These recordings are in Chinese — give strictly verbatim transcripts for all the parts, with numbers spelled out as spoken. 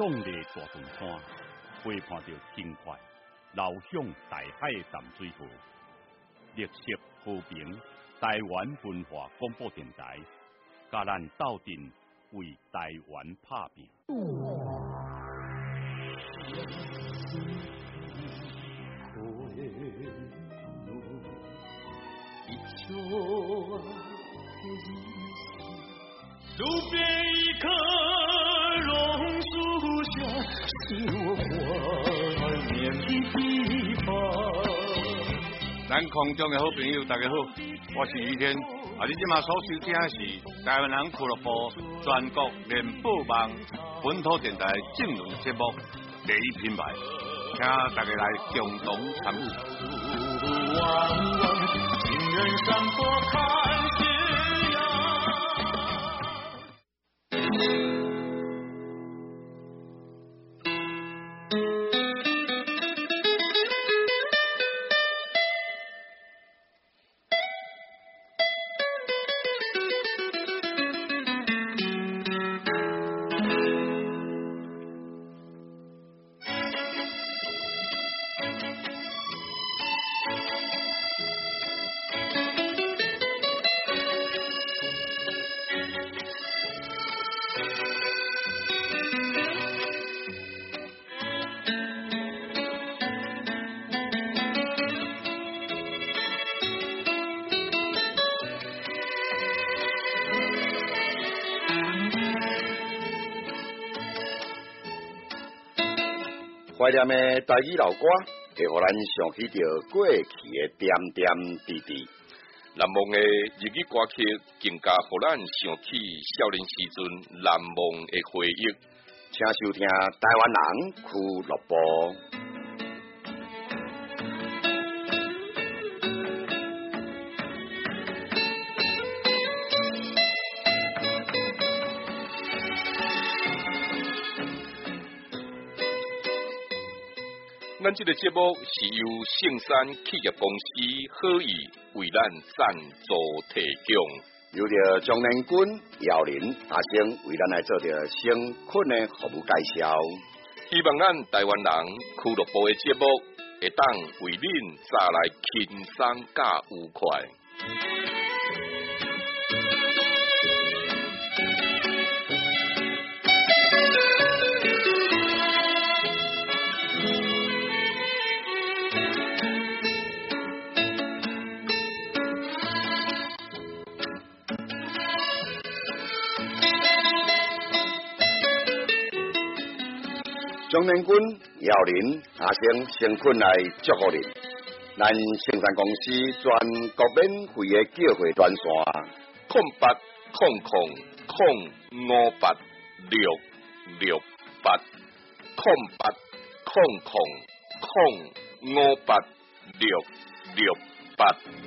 壮丽大屯山，陪伴着轻快流向大海的淡水河。绿色和平，台湾文化广播电台，甲咱斗阵为台湾打拼。 路边一棵榕树下，是我怀念的地方。 咱空中的好朋友，大家好，我是于天。啊，你今嘛所收听的是台湾人俱乐部全国联播网本土电台正论节目第一品牌，请大家来共同参与。 望望情人山坡看斜阳。 怀念的台语老歌，会互咱想起着过去的点点滴滴。 难忘的日语歌曲，更加互咱想起少年时阵难忘的回忆。 请收听台湾人俱乐部。 咱这个节目是由圣山企业公司好意为咱赞助提供， 由着张连军、姚林、阿星为咱来做着先困的服务介绍。 希望咱台湾人俱乐部的节目会当为恁带来轻松加愉快。 张连军、姚林、阿星先困来祝福恁。咱圣山公司全国免费的叫货专线： 空八空空空五八六六八，空八空空空五八六六八。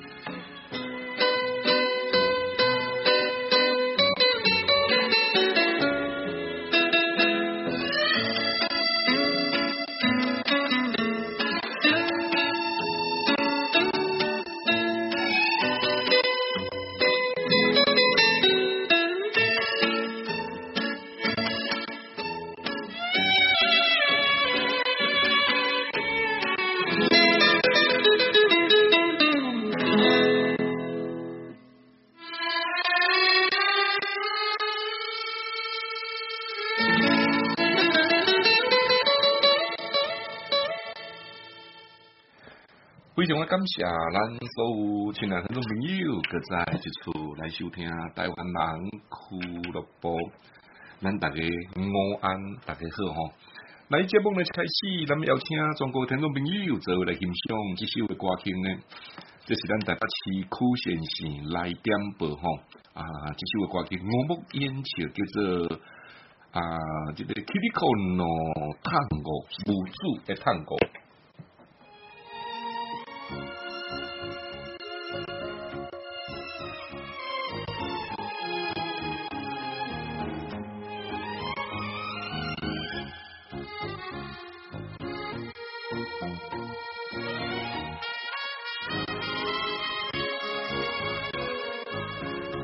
非常的感谢咱所有亲爱听众朋友，搁再一次来收听台湾人俱乐部。咱大家午安，大家好吼！来节目呢开始，咱们邀请全国听众朋友做来欣赏这首的歌曲呢。这是咱台北市区先生来点播吼啊！这首的歌曲我目演唱叫做啊，这个 Kiriko no Tango 无主的探戈。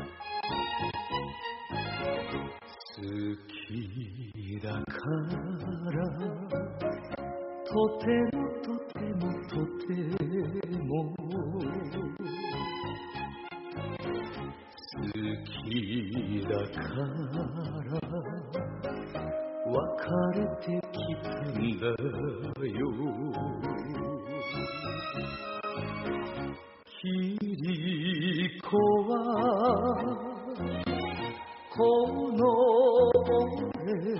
好きだからとてもとてもとても好きだから別れてきたんだよキリコはこの俺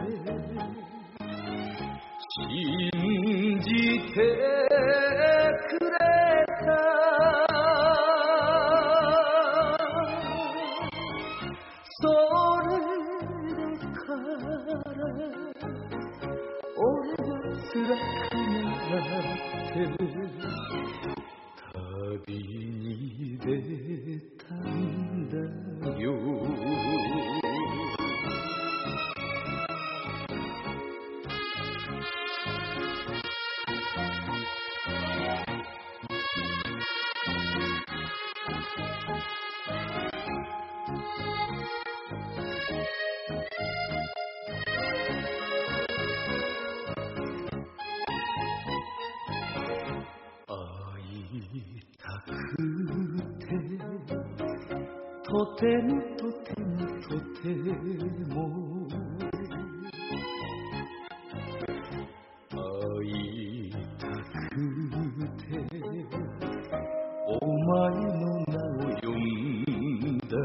信じてくれたそれだから俺は辛くなって旅に出たんだよとてもとてもとても会いたくてお前の名を呼んだ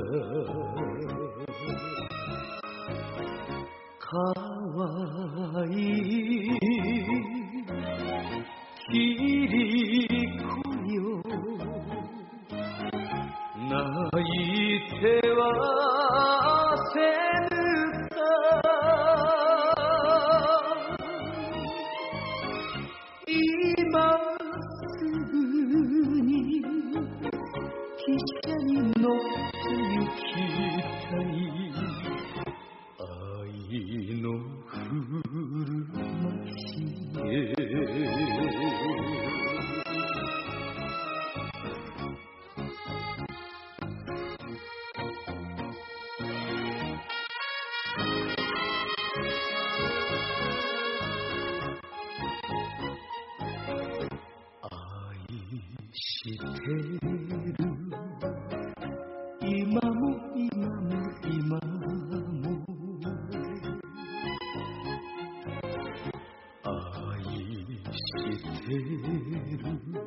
かわいいキリコよ泣いてはせぬか今すぐに汽車に乗って行きたい愛の古町へしてる今も今も今も愛してる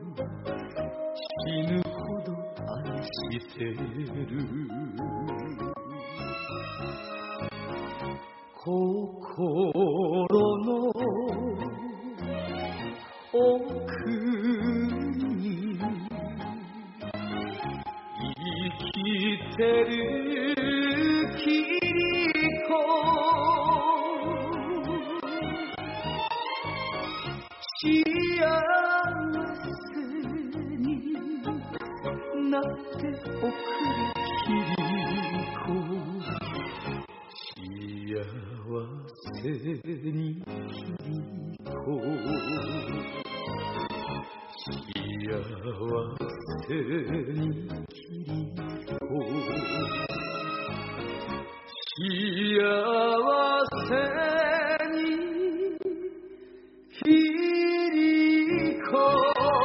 死ぬほど愛してる心の奥に生きてるキリコ幸せになっておくれキリコ幸せにキリコ幸せにキリコ幸せにキリコ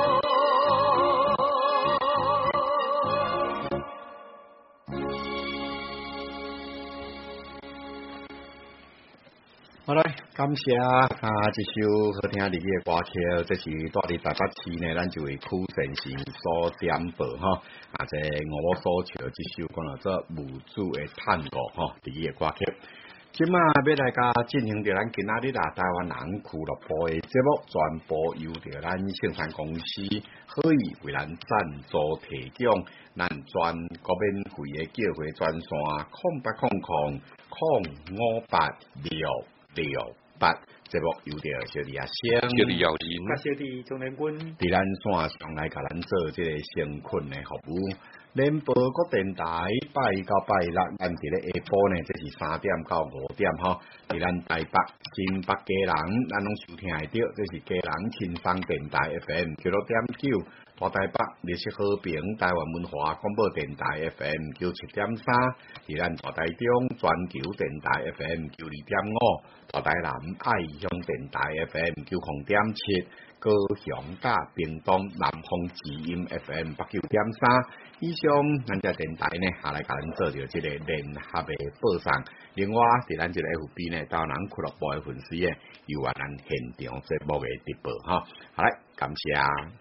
好来，感谢啊！这首好听的嘅歌曲，这是在伫台北市呢，咱就为苦神神所点播哈。啊，这我所唱这首讲到做无主的探戈哈，伫嘅歌曲。今嘛要来甲进行着咱今仔日啊台湾人俱乐部的节目，全部由着咱盛产公司可以为咱赞助提供，咱全国免费的叫回专线空八空空空五八六六八。节目由着小弟阿星， 小弟姚林， 甲小弟钟连军， 伫咱线上来甲咱做这个生困的服务。联播国电台拜一到拜六，咱伫咧下晡呢，这是三点到五点吼。伫咱台北、新北家人，咱拢收听会到，这是家人轻松电台 F M 九六点九。大台北日式和平台湾文化广播电台 F M 九七点三，伫咱大台中全球电台 F M 九二点五，大台南爱乡电台 F M 九零点七， 高雄甲屏东南方之音 F M 八九点三，以上咱只电台呢，下来甲咱做着即个联合的播送。另外，伫咱即个 F B 呢，台湾人俱乐部的粉丝呢，有咱现场节目的直播哈。好来，感谢。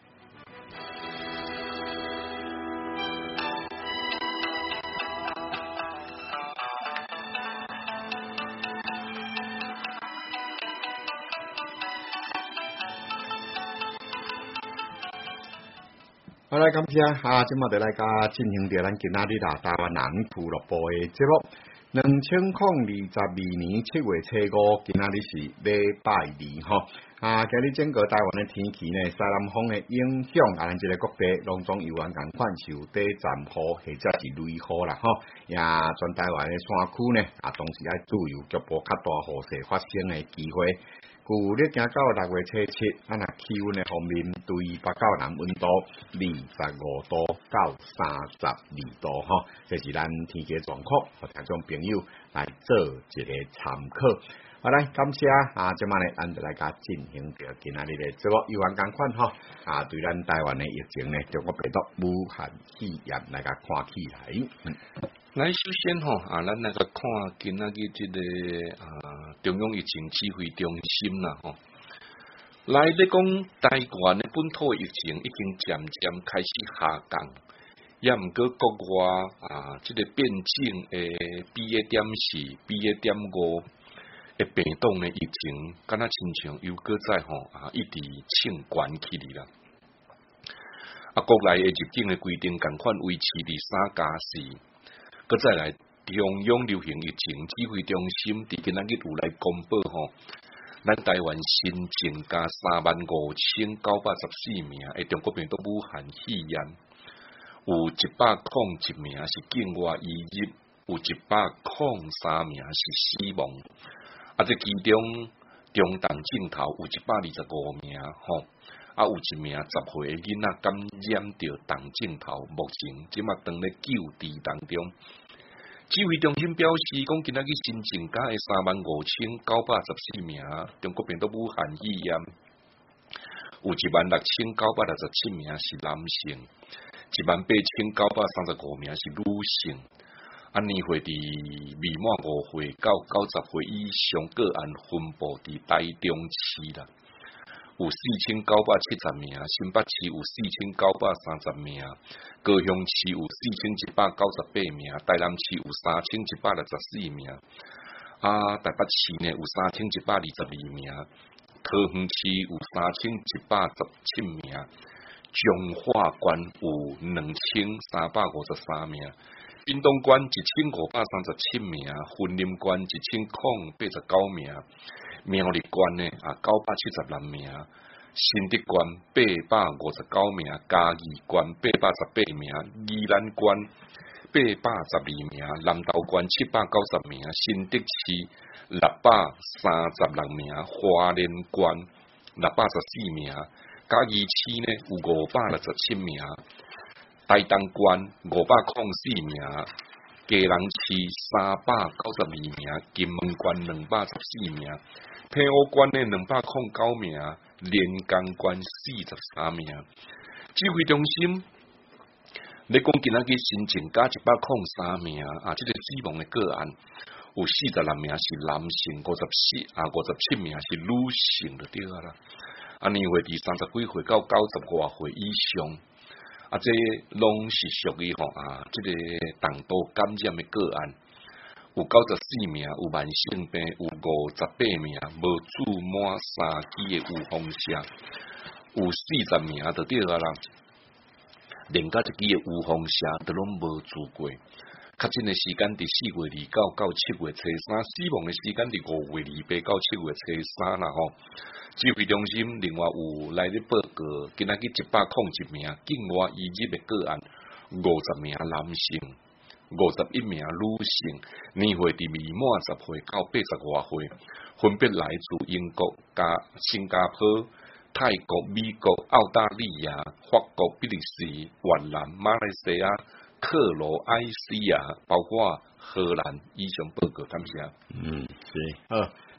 好来，感谢啊！今麦就来甲进行着咱今仔日啦，台湾人俱乐部的节目。两千零二十二年七月初五，今仔日是礼拜二吼。啊，今日整个台湾的天气呢，西南风的影响，啊，咱即个各地拢总有按共款受短暂雨或者是雷雨啦吼。也全台湾的山区呢，啊，同时爱注意局部较大雨势发生的机会。旧历行到六月初七，啊那气温的方面，对北高南温度二十五度到三十二度吼，这是咱天气状况，互听众朋友来做一个参考。好来，感谢啊！即摆呢，咱就来甲进行着今仔日的节目，有缘共款吼啊，对咱台湾的疫情呢，中国病毒武汉肺炎来甲看起来。嗯来，首先吼啊，咱来个看今仔日即个啊中央疫情指挥中心啦吼。来咧讲，台湾的本土疫情已经渐渐开始下降，也毋过国外啊，即、這個變種誒 B A 點四、B A 點五嘅變動嘅疫情，敢若親像又擱再吼啊，一直升懸起嚟啦。啊，國內嘅入境嘅規定共款維持佇三加四。佮再來，中央流行疫情指揮中心佇今仔日有來公布吼，咱台灣新增加三萬五千九百十四名嘅中國病毒武漢肺炎，有一百零一名是境外移入，有一百零三名是死亡。啊，這其中中重症頭有一百二十五名吼，啊有一名十歲嘅囡仔感染着重症頭，目前即馬當咧救治當中。指揮中心表示，講今仔日新增加嘅三萬五千九百十四名中國病毒武漢肺炎，有一萬六千九百六十七名是男性，一萬八千九百三十五名是女性。啊，年歲佇未滿五歲到九十歲以上個案分佈佇台中市啦。有四千九百七十名，新北市有四千九百三十名，高雄市有四千一百九十八名，台南市有三千一百六十四名，啊，台北市呢有三千一百二十二名，桃園市有三千一百十七名，彰化縣有兩千三百五十三名，屏東縣一千五百三十七名，雲林縣一千零八十九名。苗栗縣呢啊九百七十六名，新竹縣八百五十九名，嘉義縣八百十八名，宜蘭縣八百十二名，南投縣七百九十名，新竹市六百三十六名，花蓮縣六百十四名，嘉義市呢有五百六十七名，台東縣五百零四名，基隆市三百九十二名，金門縣兩百十四名。平湖縣呢兩百零九名，連江縣四十三名。指揮中心你講今仔日新增加一百零三名啊！這個死亡嘅個案有四十六名是男性，五十四啊五十七名是女性就對啦。啊，年歲佇三十幾歲到九十外歲以上，啊，這攏是屬於吼啊，這個重度感染嘅個案。有九十四名有慢性病，有五十八名無注滿三劑嘅預防針，有四十名就對啊啦，連甲一劑嘅預防針都攏無注過。確診嘅時間佇四月二九到七月初三，死亡嘅時間佇五月二八到七月初三啦吼。指揮中心另外有來咧報告，今仔日一百零一名境外移入嘅個案，五十名男性。五十一名女性，年歲佇未滿十歲到八十外歲，分別來自英國、加新加坡、泰國、美國、澳大利亞、法國、比利時、越南、馬來西亞、克羅埃西亞，包括荷蘭。以上報告，感謝。 嗯，是好。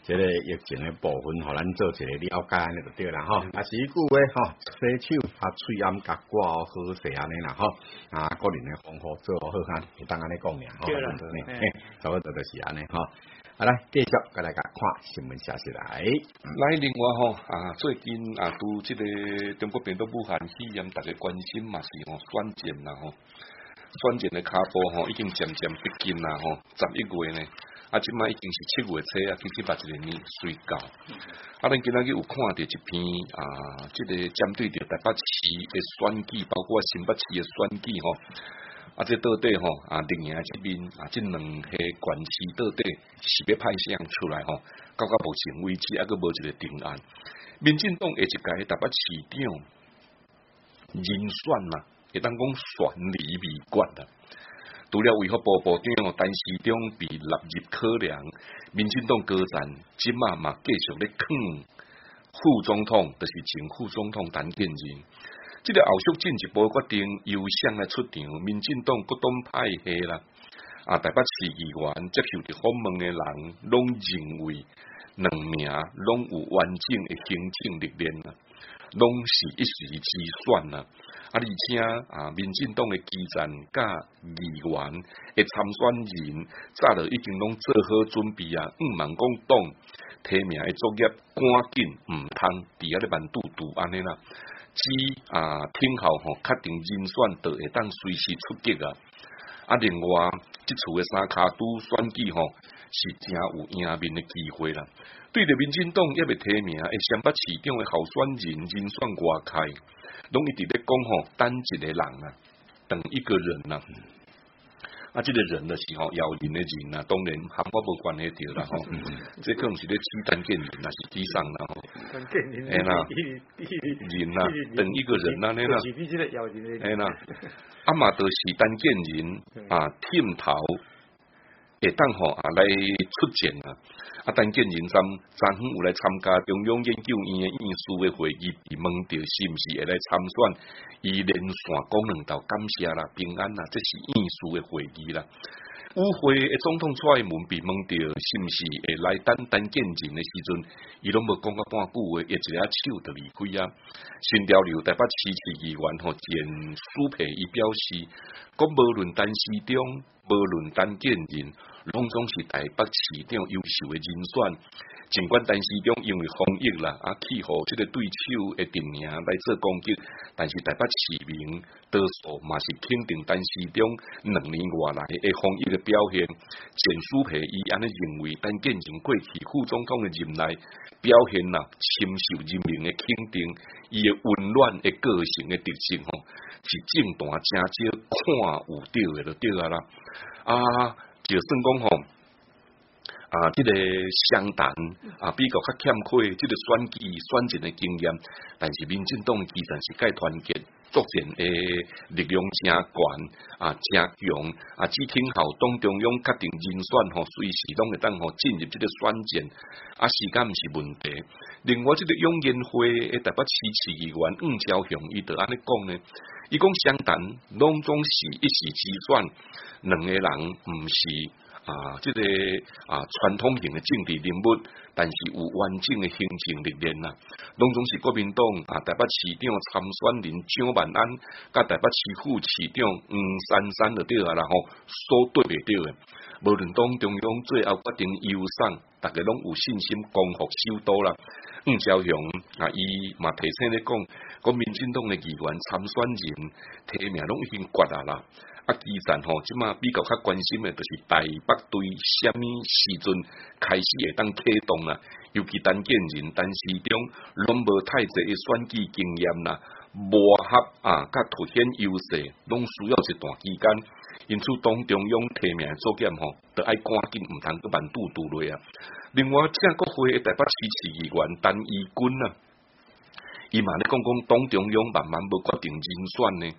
即个疫情的部分，互咱做一个了解安尼就对啦吼。啊，是句话吼，洗手啊，喙暗甲挂好势安尼啦吼。啊，个人的防护做好哈，会当安尼讲俩吼。 对啦， 嘿，差不多就是安尼吼。好来，继续甲大家看新闻消息来。 来，另外吼啊，最近啊，拄即个中国病毒武汉肺炎，大家关心嘛是吼选战啦吼，选战的脚步吼已经渐渐逼近啦吼，十一月呢，啊，即摆已经是七月初啊，其实目一个年岁到。啊，咱今仔日有看到一篇啊，即、這个针对着台北市的选举，包括新北市的选举吼。啊，这到底吼啊，另外这边啊，这两个县市到底是要派谁出来吼？到到目前为止，还佫无一个定案。民进党下一届台北市长人选呐，会当讲悬而未决啦。除了卫福部部长陈时中被纳入考量，民进党高层即马嘛继续咧坑副总统，就是前副总统陈建仁。这个后续进一步决定由谁来出场，民进党各党派系啦，啊，台北市议员接受着访问的人，拢认为两名拢有完整的行政历练啦，拢是一时之选啦。啊，而且啊，民进党的基层甲议员的参选人，早就已经拢做好准备啊，毋茫讲党提名的作业赶紧毋通伫遐咧慢嘟嘟安尼啦。只啊，听候吼，确定人选就会当随时出击啊！啊，另外，即次的三卡都选举吼，是真有赢面的机会啦。对着民进党也未提名的新北市长的候选人人选外开，拢一直咧讲吼，等一个人啊，等一个人啊。啊，这个人就是吼姚人的人啊，当然和我无关系着啦吼。这可能是咧指陈建仁，那是指上啦吼。 陈建仁， 哎啦，人啦，等一个人啊，你啦，哎啦，啊嘛，就是陈建仁啊，忝头会当吼啊来出战啊。啊，陈建仁昨昨昏有来参加中央研究院的院士的会议，被问到是毋是会来参选，伊连线讲两道感谢啦、平安啦，这是院士的会议啦。与会的总统蔡英文被问到是毋是会来等陈建仁的时阵，伊拢无讲到半句话，一只手就离开啊。新潮流台北市市议员吼简舒培伊表示，讲无论陈时中，无论陈建仁，拢总是台北市长优秀的人选。尽管陈时中因为防疫啦，啊气候这个对手的阵营来做攻击，但是台北市民多数嘛是肯定陈时中两年外来的防疫的表现。简舒培伊安尼认为，陈建仁过去副总统的任内表现啦，深受人民的肯定，伊的温暖的个性的特性吼，是政坛真少看有到的就对啊啦。啊，就算讲吼。啊，这个湘潭啊，比较较欠缺这个选举选战的经验，但是民进党基层是介团结，作战的力量真悬啊，真强啊！只听候党中央确定人选吼，随时拢会当吼进入这个选战，啊，时间毋是问题。另外，这个永延会的台北市市议员黄昭雄，伊就安尼讲呢，伊讲湘潭拢总是一时之选，两个人毋是。啊，这个啊传统型的政治人物，但是有完整的行政历练呐，拢总是国民党啊台北市长参选人蒋万安，甲台北市副市长黄珊珊就对啊啦吼，所对袂到的。无论党中央最后决定优胜，大家拢有信心光复首都啦。黄昭雄啊，伊嘛提醒咧讲，讲民进党的议员参选人提名拢已经决啊啦。啊，基层吼，即马比较较关心的，就是台北队什么时阵开始会当启动啦？尤其陈建仁、陈时中拢无太侪的选举经验啦，磨合啊，甲凸显优势，拢需要一段期间。因此，党中央提名作业吼，就爱赶紧，毋通去慢嘟嘟落啊。另外，正国会的台北市市议员陈义军啊，伊嘛咧讲讲，党中央慢慢无决定人选呢。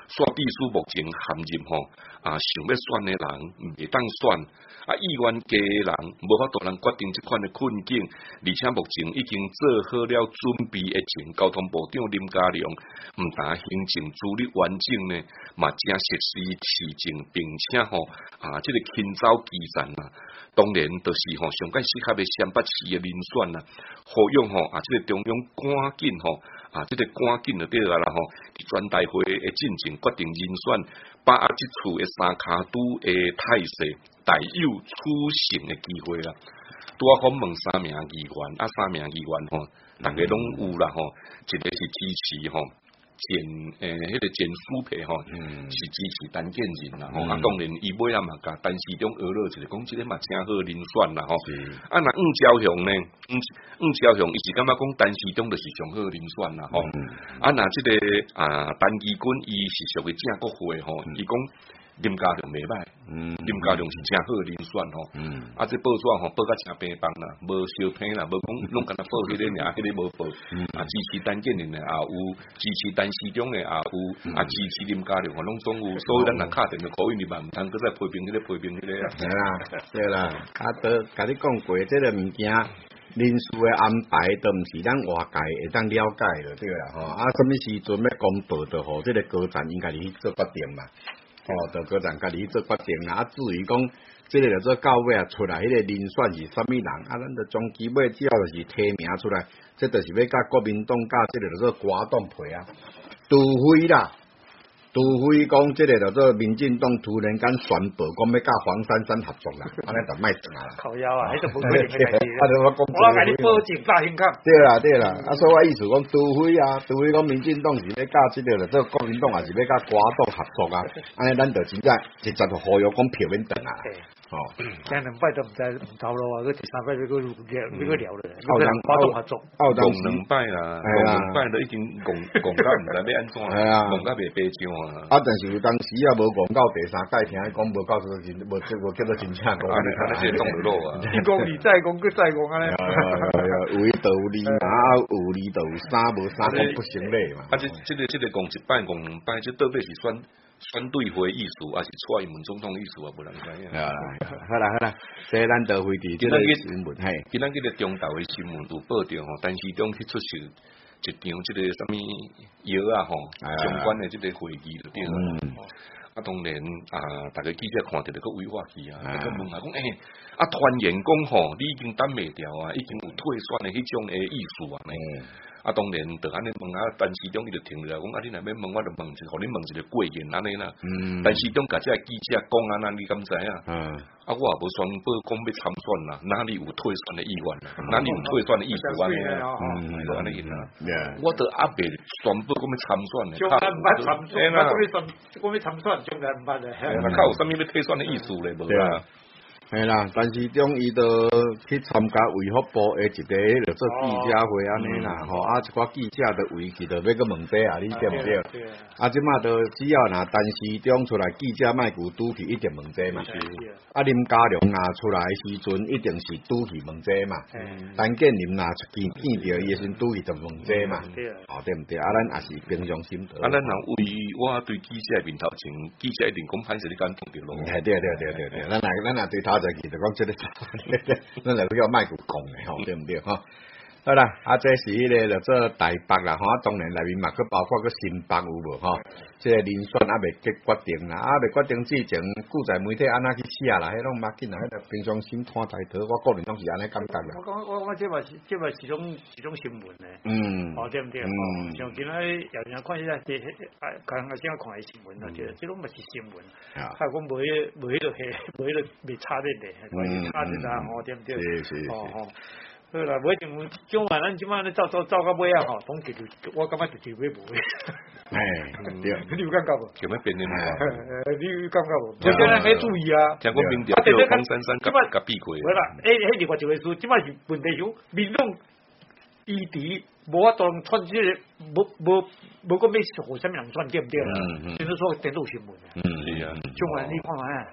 选秘书目前陷入吼啊，想要选的人袂当选，啊意愿加的人无法度人决定这款的困境，而且目前已经做好了准备的前交通部长林佳龙，毋但行政助理完整呢，嘛正实施市政，并且吼啊，这个轻走基层啊，当然就是吼上届适合的陕北市的人选啦，呼吁吼啊，这个中央赶紧吼。啊，这个赶紧就对啦啦吼！伫全大会的进程决定人选，把握这次的三卡都的态势，大有取胜的机会啦。拄啊，讲问三名议员，啊三名议员吼，大家拢有啦吼，一个是支持吼。前诶，迄、那个前苏培吼，嗯、是支持陈建仁啦吼，嗯、啊当然伊尾啊嘛甲陈时中学了，就是讲即个嘛正好人选啦吼。啊，那黄昭雄呢？黄黄昭雄伊是感觉讲陈时中就是上好人选啦吼。嗯、啊，那即、这个啊陈其君伊是属于正国会吼，伊讲。林佳龙袂歹，嗯，林佳龙是正好人选吼，嗯，啊，这报纸吼报甲正平凡啦，无烧平啦，无讲拢敢若报迄个尔，迄个无报，啊，支持陈建仁的也有，支持陈时中的也有，啊，支持林佳龙吼，拢总有，所以咱若敲电就可以，你嘛毋通搁再批评迄个批评迄个啊， 对啦，对啦，啊，都甲你讲过，这个物件人事的安排都毋是咱外界会当了解的，对啦，吼，啊，什么时阵要公布就互这个高层应该是去做决定嘛。哦，就个人家己去做决定啦。啊，至于讲，即、這個就做到尾啊，出来迄个人选是啥物人，啊，咱就从基本只要就是提名出来，即就是要甲国民党甲即个就做瓜党配啊，除非啦，除非讲即个就做民进党突然间宣布讲要甲黄珊珊合作啦，安尼就卖算啦。 靠腰啊，迄就无可能嘅代志。 啊，就我讲， 我甲你报警大兴港。 对啦，对啦，啊，所以我意思讲，除非啊，除非讲民进党是要甲即个就做国民党，也是要甲瓜党合作啊，安尼咱就真正直接就呼吁讲票免等啊。哦， 前两摆都毋知毋透咯啊，佢第三摆要佢聊，要佢聊咧， 澳人瓜党合作， 澳人两摆啦，两摆都已经讲讲到毋知要安怎，讲到袂白上啊。 啊，但是有当时啊，无讲到第三届，听讲无告诉真，无即无叫做真正讲。 啊，你看那些动得落啊！ 你讲你再讲，佢再讲安尼。 有理就有理嘛，有理就有三，无三讲不成立嘛。 啊，这这个这个讲一摆讲两摆，这到底是选选对会意思，还是蔡英文总统意思啊？无人知影。 啊，好啦好啦，所以咱就回伫即个新闻嘿。 今仔日个中昼的新闻有报道吼，但是中去出席一场即个什么药啊吼，相关的即个会议就对了。啊，当然啊，大家记者看到就个违法去啊，就问下讲诶，啊，传言讲吼，你已经担袂掉啊，已经有退选的迄种诶意思啊，啊，当然就安尼问啊，陈时中伊就停落来讲，啊，你若要问我就问一，互你问一个过言安尼啦。陈时中甲即个记者讲安那，你敢知影？啊，我也无宣布讲要参选啦，哪里有退选的意愿啦？哪里有退选的意思安尼啊？嗯，就安尼样啦。我都阿未宣布讲要参选的， 将来毋捌参选，我讲要参，讲要参选，将来毋捌咧。 那较有啥物要退选的意思咧？无啦。 系啦，但是中伊都去参加卫福部诶一个迄个做记者会安尼啦，吼、哦嗯、啊一寡记者都围去，就要个问题啊，你对毋对？啊，即马都只要若陈时中出来，记者卖古拄去一定问题嘛。啊，林佳龙若出来时阵，一定是拄去问题嘛。陈建仁若见见着伊诶时阵，拄去就问题嘛。哦，对毋对？啊，咱也是平常心得。 啊，咱若为我对记者面头前，记者一定讲歹势，你敢碰着咯？ 系对对对对对，咱若咱若对头。就其實講即個，咱嚟比較賣佢講嘅，吼，對唔對？吼，好啦，啊，這是迄個就做台北啦，吼，當然內面嘛，佢包括個新北有無？吼，即個人選還未結決定啦，啊，未決定之前，古在媒體安那去寫啦，迄種嘛，緊啦，迄個平常心看抬頭，我個人攏是安尼感覺啦。 我講我我即嘛是即嘛是種是種新聞咧，嗯，哦，對唔對？嗯，像今仔有人看一下啲，啊，看下先看下新聞啦，即即種嘛是新聞，啊，講無迄無迄個係無迄個未差啲咧，關差啲啦，哦，對唔對？ 是是是。 好啦，每種種話咱即馬咧走走走到尾啊，吼，總結就我感覺就就尾無嘅。 哎，對， 你有感覺無？ 有咩變呢？ 你有感覺無？即係咱要注意啊。 聽講民調叫黃珊珊甲甲避過。 係啦，誒，迄另外一回事，即馬是問題上，民眾議題無法當傳即個，無無無講要互啥物人選，對唔對啦？就是說電腦新聞啊。 嗯，是啊。 種話你看下。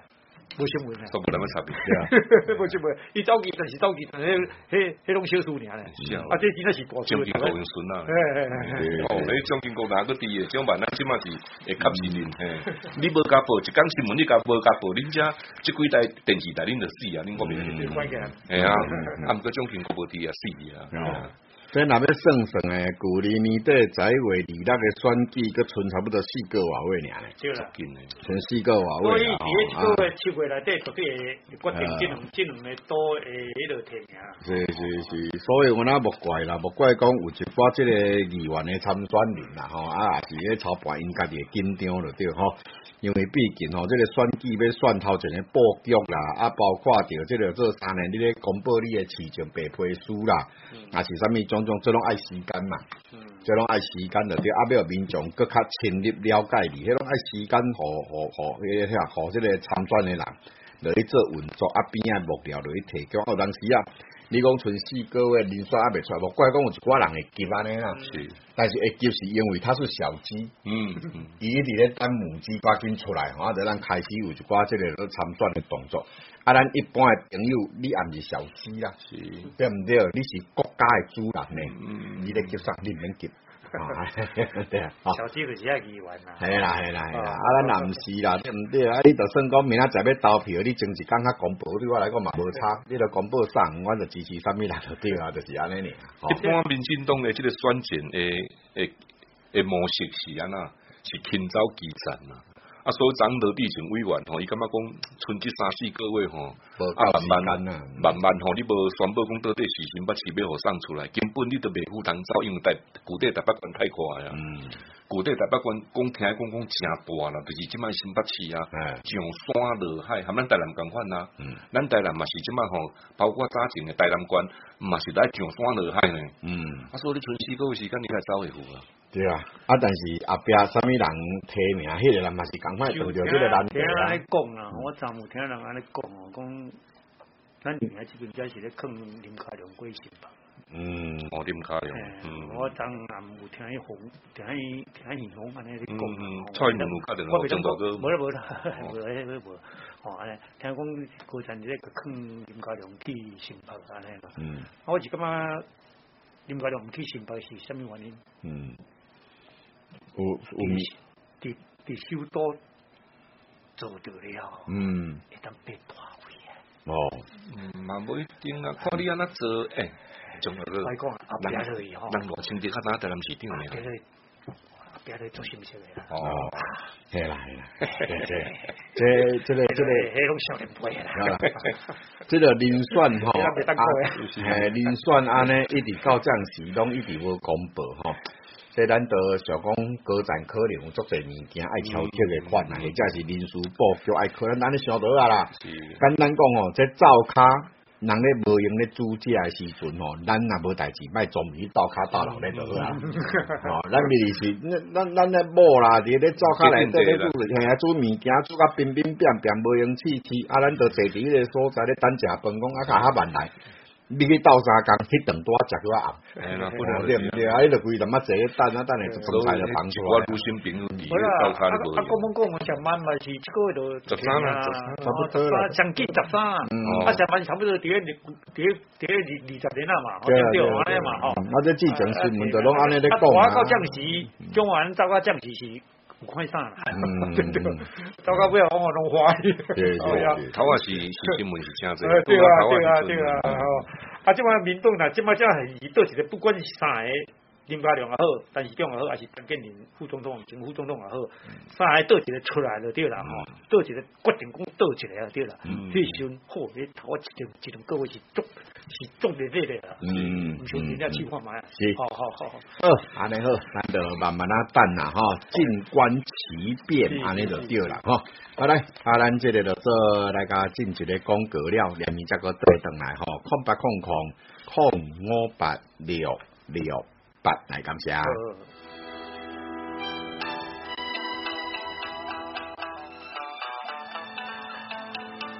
无新闻啊， 都无那么差别， 对啊，无新闻，伊走去但是走去，但迄迄迄拢小数尔咧，啊，这真正是大数。 蒋经国用孙啊，哦，你蒋经国哪个低诶？蒋万咱即马是会吸死人，嘿，你无甲报一讲新闻，你甲无甲报，恁遮即几台电视台恁就死啊，恁国民对关键， 系啊，啊，毋过蒋经国无伫啊死啊。 所以若要算算诶，旧年年底十一月二六诶选举，佮剩差不多四个外位尔咧， 对啦， 剩四个外位。 所以伫迄一个月七月内底，绝对会决定即两即两个都会迄落提名。 是是是，所以我那无怪啦，无怪讲有一寡即个议员诶参选人啦，吼啊，也是咧操办因家己诶紧张就对吼。因为毕竟吼，即、這个选举要选头前个布局啦，啊，包括着即个做三年你咧公布你诶市场白皮书啦，啊、嗯、是啥物种种，这拢爱时间嘛，嗯，这拢爱时间就对，啊，要民众更较深入了解你，迄拢爱时间，互互互迄遐互即个参选诶人，落去做运作，啊边仔幕僚落去提供，有当时啊。你講剩四個月人選還未出來，無怪講有一寡人會急安尼啦。是，但是會急是因為它是小雞，嗯嗯，伊佇咧等母雞趕緊出來，吼，就咱開始有一寡即個參選嘅動作。啊，咱一般嘅朋友，你也毋是小雞啦，是，對毋對？你是國家嘅主人呢，嗯，你咧急啥？你唔免急。對啊， 小雞就是遐議員啦。係啦係啦係啦，啊咱也毋是啦，對毋對？啊，你就算講明仔載要投票，你前一工較公布，對我來講嘛無差，你著公布啥，我就支持啥物人就對啊，就是安尼爾。 一般民進黨嘅即個選戰誒誒誒模式是安那，是輕走基層啊。啊，所以張羅地政委員吼，伊感覺講剩即三四個月吼，啊慢慢慢慢吼，你無宣佈講到底事情把市要互送出來，根本你都袂赴通走，因為台舊底台北縣太快啊，嗯，舊底台北縣講聽講講誠大啦，就是即擺新北市啊，上山落海，含咱台南共款啊，嗯，咱台南嘛是即擺吼，包括早前嘅台南縣，嘛是來上山落海呢，嗯，啊，所以你剩四個月時間，你來走會赴啊。 對啊，啊，但是後壁啥物人提名，迄、那個人嘛是共款遇到即個難題啦。 聽人講啦，我昨有聽人安尼講哦，講咱原來這邊只是咧坑林佳龍過身吧。 嗯，我林佳龍。 嗯，我昨暗有聽伊紅，聽伊聽伊紅安尼咧講。 嗯，蔡英文有可能哦，鄭大哥。 無啦無啦，無啦無無，哦安尼，聽講過陣日咧個坑林佳龍去新北安尼啦。嗯。我是感覺林佳龍唔去新北是啥物原因？嗯。 有有佇佇首都做到了，嗯，會當變大位啊！ 哦，嗯，嘛無一定啊，看你安怎做，誒，仲有個， 我講啊，後壁去吼， 人大清潔較哪台南市長呢？ 後壁去做心事嘅啦。 哦，係啦係啦，這這個這個， 迄種少年輩啦。 這個遴選吼，誒遴選安尼一直到這時攏一直無公布吼。即咱都想講，高層可能有足儕物件愛挑剔嘅款啊，或者是人事布局愛可能咱咧想到啊啦。簡單講吼，即灶骹人咧無用咧煮食嘅時陣吼，咱若無代誌，莫總去灶骹倒落咧就好啊。哦，咱咪是咱咱咧某啦，佇咧灶骹內底咧煮，嘿啊煮物件煮甲冰冰變變無用試試，啊咱就坐佇迄個所在咧等食飯，講啊較較慢來。你去鬥三工，迄頓多食咗暗，對唔對啊？迄個規陣乜坐咧等啊，等下就飯菜就放出來。 我女性朋友離灶骹都無。 啊，講講講，我上晚嘛是這個月就十三啦， 差不多啦，將近十三。啊，上晚差不多第一第一第一二二十年啦嘛，對對安尼嘛吼。 啊，這之前新聞就攏安尼咧講啊。到降時，中完走到降時是。有看啥啦？嗯，對對，走到尾我我攏懷疑。 對對對，頭啊是是新聞是真濟。 對啊對啊對啊，吼！啊，即擺民眾呐，即擺即係伊倒一個，不管是啥個，林佳龍也好，陳時中也好，還是陳建仁副總統、前副總統也好，啥個倒一個出來就對啦，吼！倒一個決定講倒一個就對啦。迄時陣，好，你頭我一兩一兩個月是足是足熱烈的啦。嗯，唔像人家去看買。是，好好好好。 好，安尼好，咱就慢慢啊等啦，吼，靜觀其變，安尼就對啦，吼。好來，啊，咱這個就做來甲進一個廣告了，連面再個對轉來，吼，空八空空空五八六六八來感謝。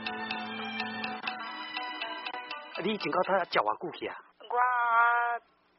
你真夠他食偌久去啊？ 我前舊年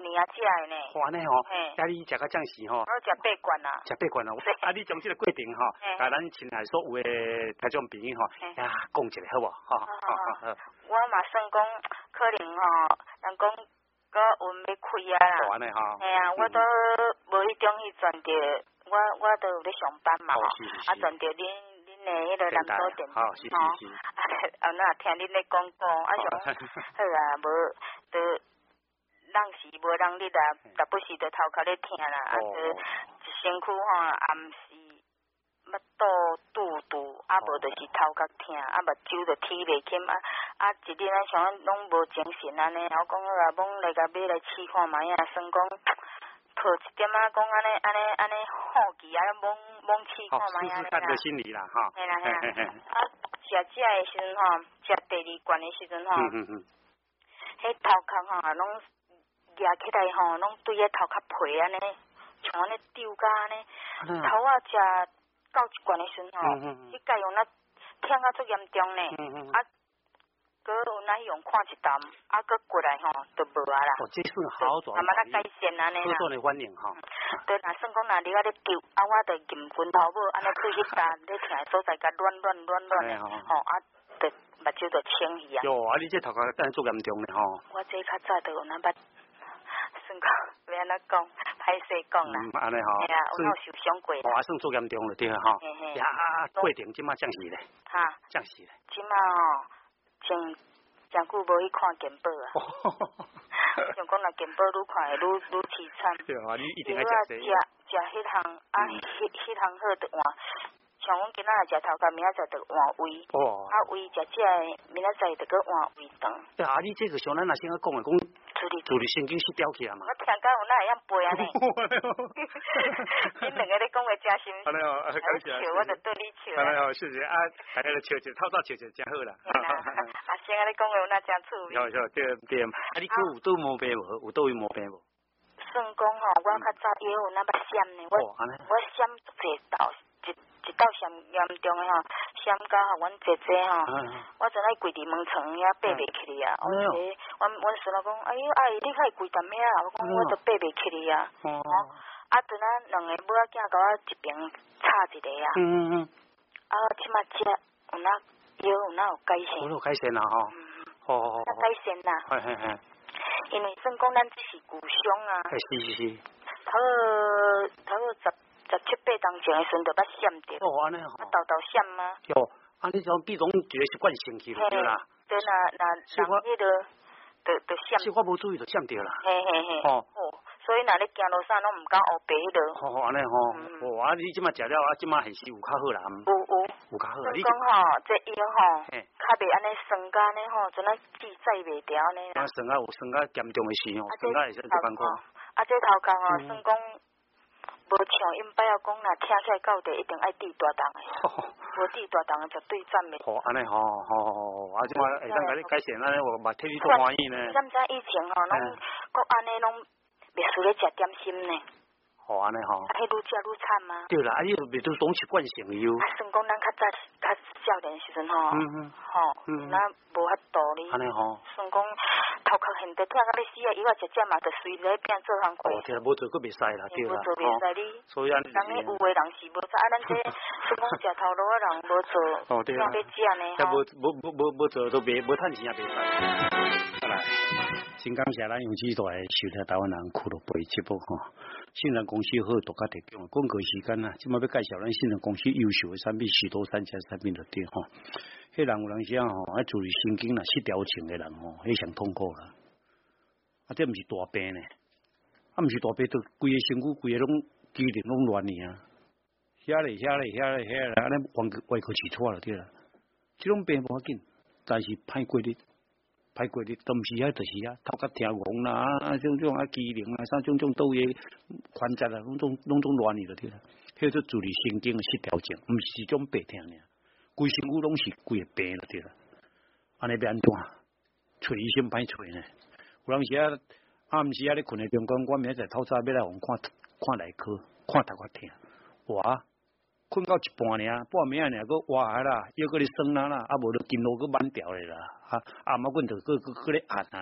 年啊食的呢。 哇呢吼，啊你食个酱是吼。 我食八罐啊。 食八罐啊，啊你从这个过程吼，甲咱亲爱所有的台中朋友吼，呀讲一下好无？吼。 好。我嘛算讲，可能吼，人讲个运要开啊啦。 安尼吼。 嘿啊，我都无迄种去转着，我我都有咧上班嘛吼，啊转着恁恁的迄个南岛电台，吼，啊那听恁咧讲讲，啊想好啊，无都人是无人力啦，但不时都头壳咧听啦，啊都一身躯吼，暗时。要倒肚肚，啊无就是头壳疼，啊目睭就睇袂起，啊啊一日咱想拢无精神安尼，然后讲好啊，罔来甲买来试看卖啊，算讲抱一点啊，讲安尼安尼安尼好奇啊，罔罔试看卖啊， 啦。心理啦，哈。 嘿啦嘿啦，啊食食的时阵吼，食第二罐的时阵吼， 嗯嗯嗯， 迄头壳吼拢压起来吼，拢对个头壳皮安尼，像安尼丢甲安尼，头啊食。到一罐的时阵吼，迄个用那疼啊足严重呢，啊，佮有那用看一啖，啊，佮过来吼就无啊啦。 哦，这算好转。 慢慢啊改善安尼啦。 好转的反应吼。 对，若算讲若你啊咧丢，啊，我着撳拳头母，安尼对迄搭咧疼的所在，甲软软软软的，吼，啊，着目睭着清去啊。 哟，啊，你这头壳真足严重的吼。 我这较早着有那捌。算讲，要安怎讲，歹势讲啦。 嗯，安尼吼。 系啊，有哪受伤过啦？ 哦，算足严重了对吼。 嘿嘿。 呀啊，过程即马降是咧。 哈。 降是咧。 即马吼，真真久无去看健保啊。像讲若健保愈看会愈愈凄惨。 对啊，你一定要食食食迄项啊，迄迄项好着换。像阮今仔日食头壳，明仔载着换胃。 哦。 啊，胃食食的，明仔载着搁换胃肠。 对啊，你这个像咱若先个讲的讲。助理助理神经失调起啊嘛！ 我听讲有哪会样背啊呢？恁两个咧讲话真心。 安尼哦，感谢。 笑我就对你笑。 安尼哦，谢谢啊！大家咧笑一，透早笑一，真好啦。 啊，先啊，你讲话有哪真趣味。 有有对对，啊，你去有倒毛病无？有倒位毛病无？ 算讲吼，我较早也有那捌闪呢，我我闪足济道，一一道闪严重的吼，闪到互阮姐姐吼，我真爱跪伫门床遐爬袂起哩啊！我说，阮阮孙老公，哎呦阿姨，你较会跪踮遐啊？我讲我都爬袂起哩啊！哦，啊，阵啊两个母仔囝甲我一边插一个啊！嗯嗯嗯。啊，即马食有哪药有哪有改善？ 有改善啦吼。好好好。 改善啦。 嘿嘿嘿。 因为算讲咱只是旧伤啊。 是是是。 头头十十七八当前的时阵就捌闪着。 哦，安尼吼。 啊，豆豆闪吗？ 哟，啊，你种比种一个习惯性去了对啦。 对啦，那人迄个，就就闪。 是我无注意就闪着啦。 嘿嘿嘿。哦。所以若咧行路啥拢毋敢乌白迄落。 吼吼，安尼吼。哦，啊，你即马食了啊，即马还是有较好啦。 有有。 有较好。 你讲吼，这药吼，较袂安尼酸甲呢吼，阵啊记载袂掉呢。 啊，酸啊有酸啊严重的时吼，酸啊会使做艰苦。 啊，这头壳吼，算讲无像因摆啊讲，若听起来到底一定爱滴大档的，无滴大档的绝对赞袂。 哦，安尼吼吼吼，啊，即马会当甲你改善安尼，我嘛替你做欢喜呢。 敢知以前吼，拢国安尼拢袂输咧食点心呢。 哦，安尼吼。 啊，迄愈食愈惨吗？ 对啦，啊，伊袂都总习惯性有。 啊，算讲咱较早较少年时阵吼，嗯嗯，吼，嗯，咱无法度哩。 安尼吼。 算讲头壳现在听到要死啊，以后食食嘛，就随咧变做行亏。 哦，对啦，无做佫袂使啦，对啦。 无做袂使你。 所以安尼。 人咧有诶人是无知，啊，咱这算讲食头路诶人无做， 哦对啦。 要食呢吼。无无无无无做都袂无趁钱也袂使。再来，真感谢咱用这台收听台湾人俱乐部节目吼。信任公司好独家提供，广告时间啊，即马要介绍咱信任公司优秀的产品，许多三家产品就对吼。迄人有人时啊吼，啊注意神经啦，失调情的人吼，迄上痛苦啦。啊，这毋是大病呢，啊毋是大病，都规个身躯规个拢机能拢乱去啊。遐咧遐咧遐咧遐咧，安尼外外科起错了对啦。即种病无要紧，但是歹过日。歹过日，都毋是遐，就是遐头壳疼戆啦，啊种种啊机能啊，啥种种倒位关节啊，拢种拢种乱去了对啦。迄做自律神经的失调症，毋是种白疼尔，规身躯拢是规个病了对啦。安尼要安怎？找医生歹找呢？有人是啊，啊毋是啊咧困喺中间，我明仔载透早要来互看看内科，看头壳疼，哇！困到一半尔，半暝啊，尔个活下啦，又搁咧酸啦啦，啊无就筋络搁挽掉咧啦，啊啊毛棍就搁搁搁咧按啊啦，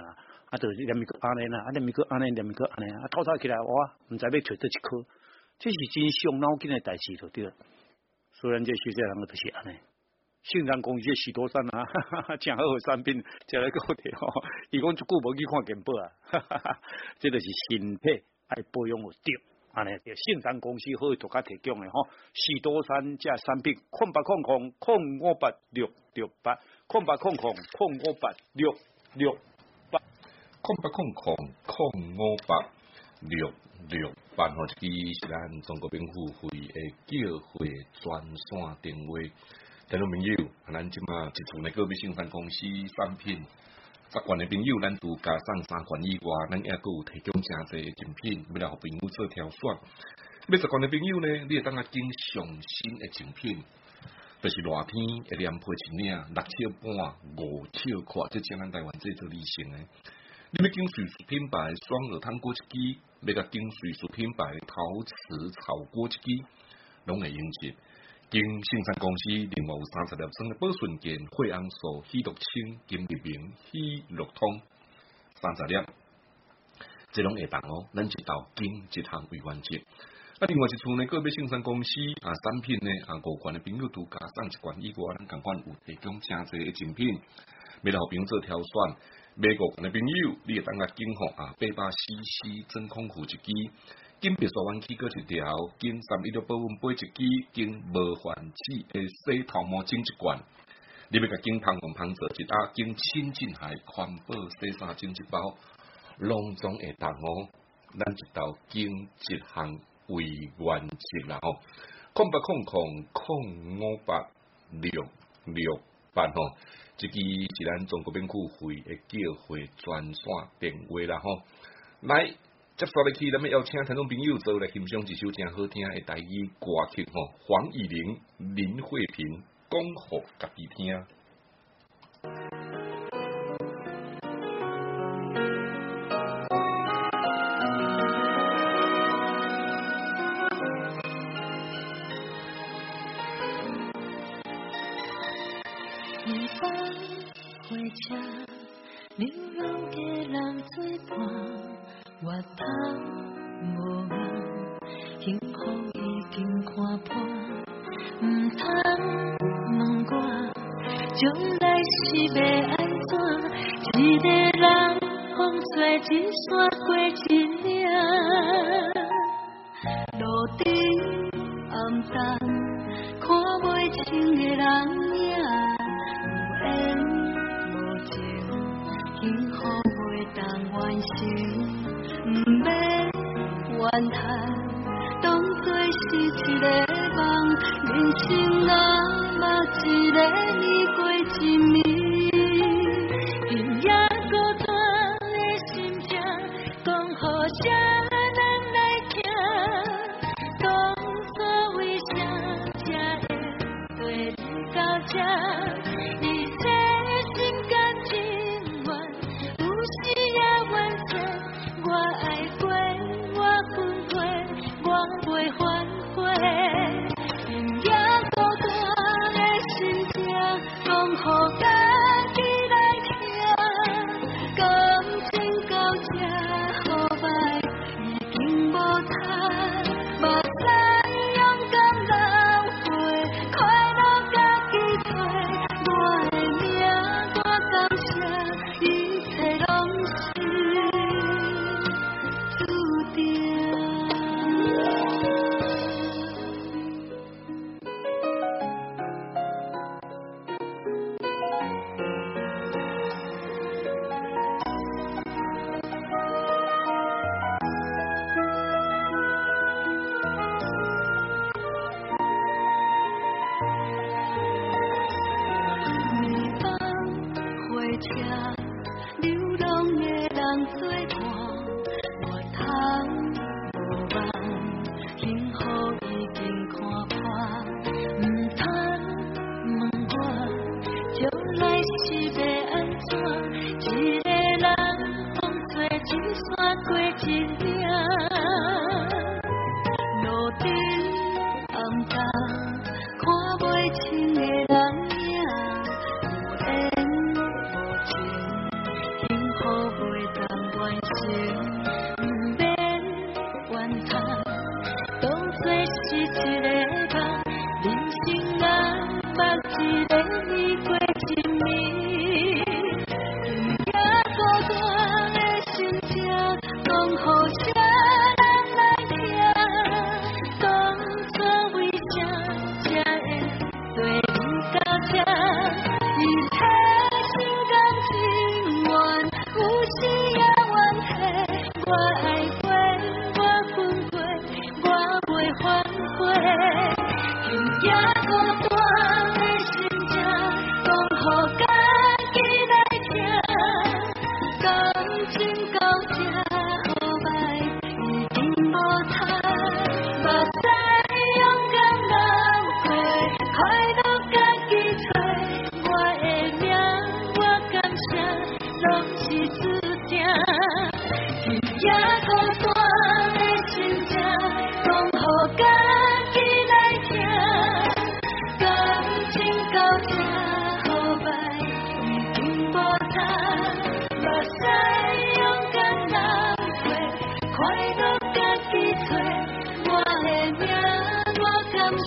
啊，就是连咪个安尼啦，啊连咪个安尼，连咪个安尼啊，透透起来哇，唔知要找倒一科，这是真伤脑筋的代志就对了。虽然这学者人个就是安尼，信阳公司许多山啊，哈哈真好的产品，食来个好题吼，伊讲一久无去看健保啊，哈哈哈，这就是身体爱保养有对。安尼，信阳公司好独家提供的吼，许多山这产品，空八空空空五八六六八，空八空空空五八六六八， 空八空空空五八六六八，吼，这支是咱中国病付费的叫会专线电话。听众朋友，咱即马一厝内个别信阳公司产品。十罐的朋友，咱独家送三罐以外，咱也阁有提供诚侪精品，为了互朋友做挑选。买十罐的朋友呢，你会当啊拣上新的精品，就是热天会连配一领六尺半、五尺宽，即将咱台湾制作理性的。你要拣瑞士品牌双耳汤锅一支，要甲拣瑞士品牌陶瓷炒锅一支，拢会用得。经信山公司另外有三十粒装的保顺健、惠安素、喜乐清、金立明、喜乐通三十粒，这拢会当哦。咱一道经一项为完结。啊，另外一处呢，个别信山公司啊产品呢啊五罐的朋友独家送一罐以外，咱共款有提供诚侪的精品，为了互朋友做挑选。买五罐的朋友，你会当啊拣吼啊八百 C C 真空壶一支。金别墅湾起搁一条，金三一六保温杯一支，金无环子的洗头毛巾一罐。你要甲金芳红芳做一打，金亲近海环保洗衫巾一包，拢总会当哦。咱一道金一项为完结啦吼，空八空空空五八六六八吼，这支是咱中国免付费的叫会专线电话啦吼，来。接下来去，咱们邀请听众朋友做来欣赏一首真好听的台语歌曲吼，黄以玲、林慧萍讲互家己听。 一班火车流浪的人最伴。我通无人，幸福已经看破，唔通问我将来是要安怎？一个人风吹一山过一岭，路灯暗淡，看袂清的人影，有缘无情，幸福袂当完成。唔要怨叹，当作是一个梦，人生若嘛一个年过一暝，今夜孤单的心情，讲互谁人来听？讲所为啥才会对你到这？一切心甘情愿，有时也完全。我爱过，我分过，我袂反悔。今夜孤单的心情，讲予家己来听。感情到这好歹，已经无通，目屎勇敢流血，快乐家己找。我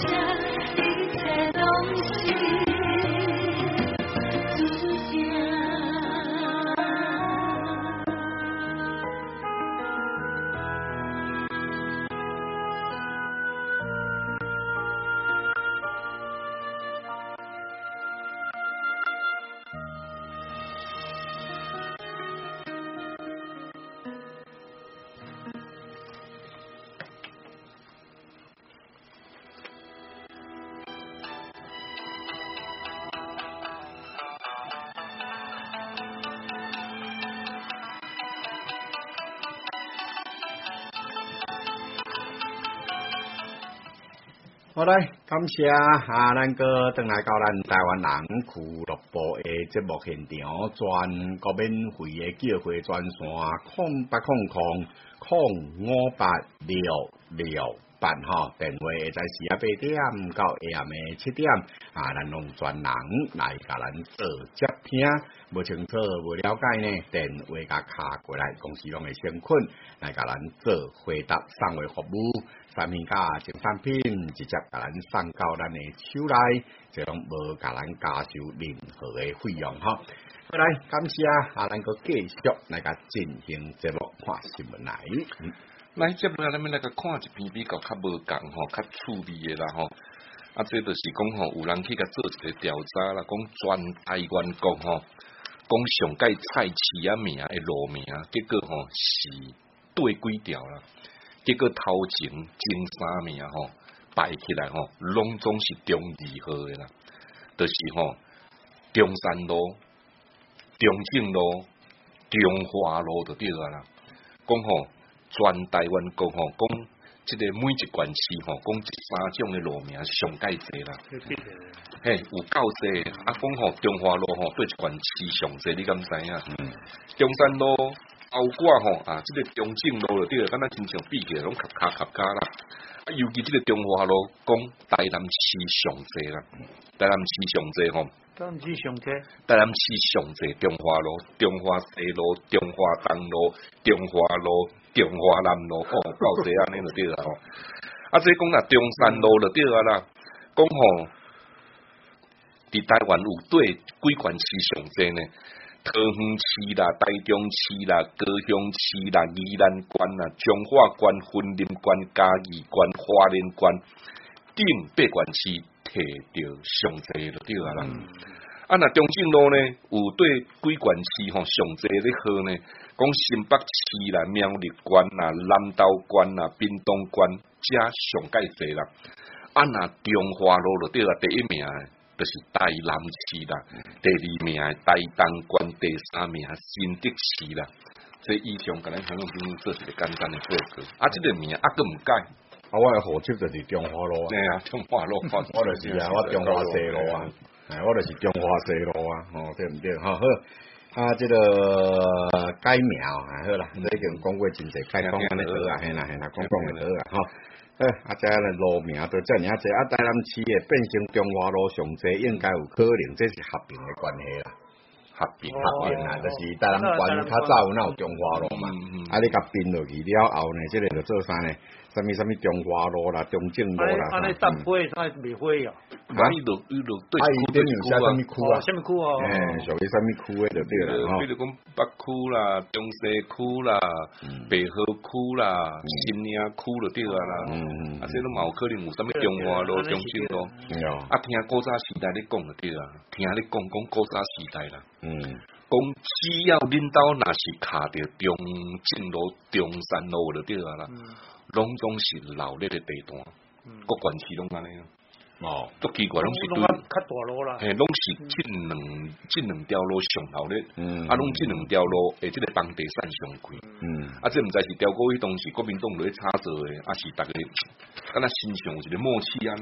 好来，感谢啊，咱个登来到咱台湾人俱乐部的节目现场，全国免费的叫货专线空八空空空五八六六八哈，电话会在十一八點到下暗的七點啊，咱用專人來甲咱做接聽，無清楚無了解呢，電話甲卡過來，公司攏會先困來甲咱做回答送貨服務。產品甲精產品直接甲咱送到咱的手內，就攏無甲咱加收任何的費用哈。好來，感謝啊，咱個繼續來甲進行節目看新聞來。嗯， 來接落來，咱們來甲看一篇比較較無共吼，較趣味的啦吼。啊，這就是講吼，有人去甲做一個調查啦，講全台灣國吼，講上屆菜市啊名的路名，結果吼是對幾條啦。結果頭前前三名吼排起來吼，攏總是中二號的啦，就是吼中山路、中正路、中華路就對啊啦。講吼全台灣國吼，講即個每一縣市吼，講這三種的路名上介濟啦。嘿，有夠濟。啊，講吼中華路吼對一縣市上濟，你敢知影？嗯，中山路。後掛吼啊，即、這個中正路就對，敢若經常比起來攏卡卡卡卡啦。啊，尤其即個中華路，講台南市上濟啦，台南市上濟吼。台南市上濟。台南市上濟，中華路、中華西路、中華東路、中華路、中華南路，吼夠濟安尼就對啦吼。啊，即講若中山路就對啊啦，講吼，佇台灣有對幾縣市上濟呢？桃園市啦、台中市啦、高雄市啦、宜蘭縣啦、彰化縣、雲林縣、嘉義縣、花蓮縣等八縣市摕到上濟就對啊啦。嗯、啊，若中正路呢，有對幾縣市吼上濟咧號呢？講新北市啦、苗栗縣啦、南投縣啦、屏東縣，遮上介濟啦。啊，若中華路就對啊，第一名。就是台南市啦，第二名台東縣，第三名新竹市啦。這以上甲咱聽眾朋友做一個簡單的報告。啊，這個名啊，佫唔改。 啊，我嘅戶籍就是中華路啊。係啊，中華路，我就是啊，我中華西路啊，係我就是中華西路啊，哦，對唔對？好好，啊，這個改名啊，好啦，你已經講過真濟，改講安尼好啊，係啦係啦，講講就好啊，吼。誒，啊，遮個路名都遮爾啊濟，啊，台南市嘅變成中華路上濟，應該有可能，這是合併嘅關係啦。合併合併啦，就是台南縣較早有哪有中華路嘛，啊，你甲併落去了後呢，這個就做啥呢？什麼什麼中華路啦、中正路啦， 啊，你搭配啥未會啊？ 啊，伊就伊就對區對區啊，什麼區啊？ 什麼區啊？ 誒，屬於什麼區嘅就對啦，吼。 比如講北區啦、中西區啦、北河區啦、新營區就對啊啦。嗯啊，這都冇可能有啥物中華路、中正路。啊，聽古早時代你講就對啊，聽你講講古早時代啦。嗯。講只要恁兜若是卡着中正路、中山路就對啊啦。攏總是老咧嘅地段，各縣市攏安尼啊。哦，足奇怪，攏是對， 較大路啦。 嘿，攏是這兩這兩條路上老咧，啊，攏這兩條路誒，即個房地產上貴。嗯，啊，這毋知是調過去當時國民黨落去炒作誒，啊是逐個，敢若身上有一個默契安尼。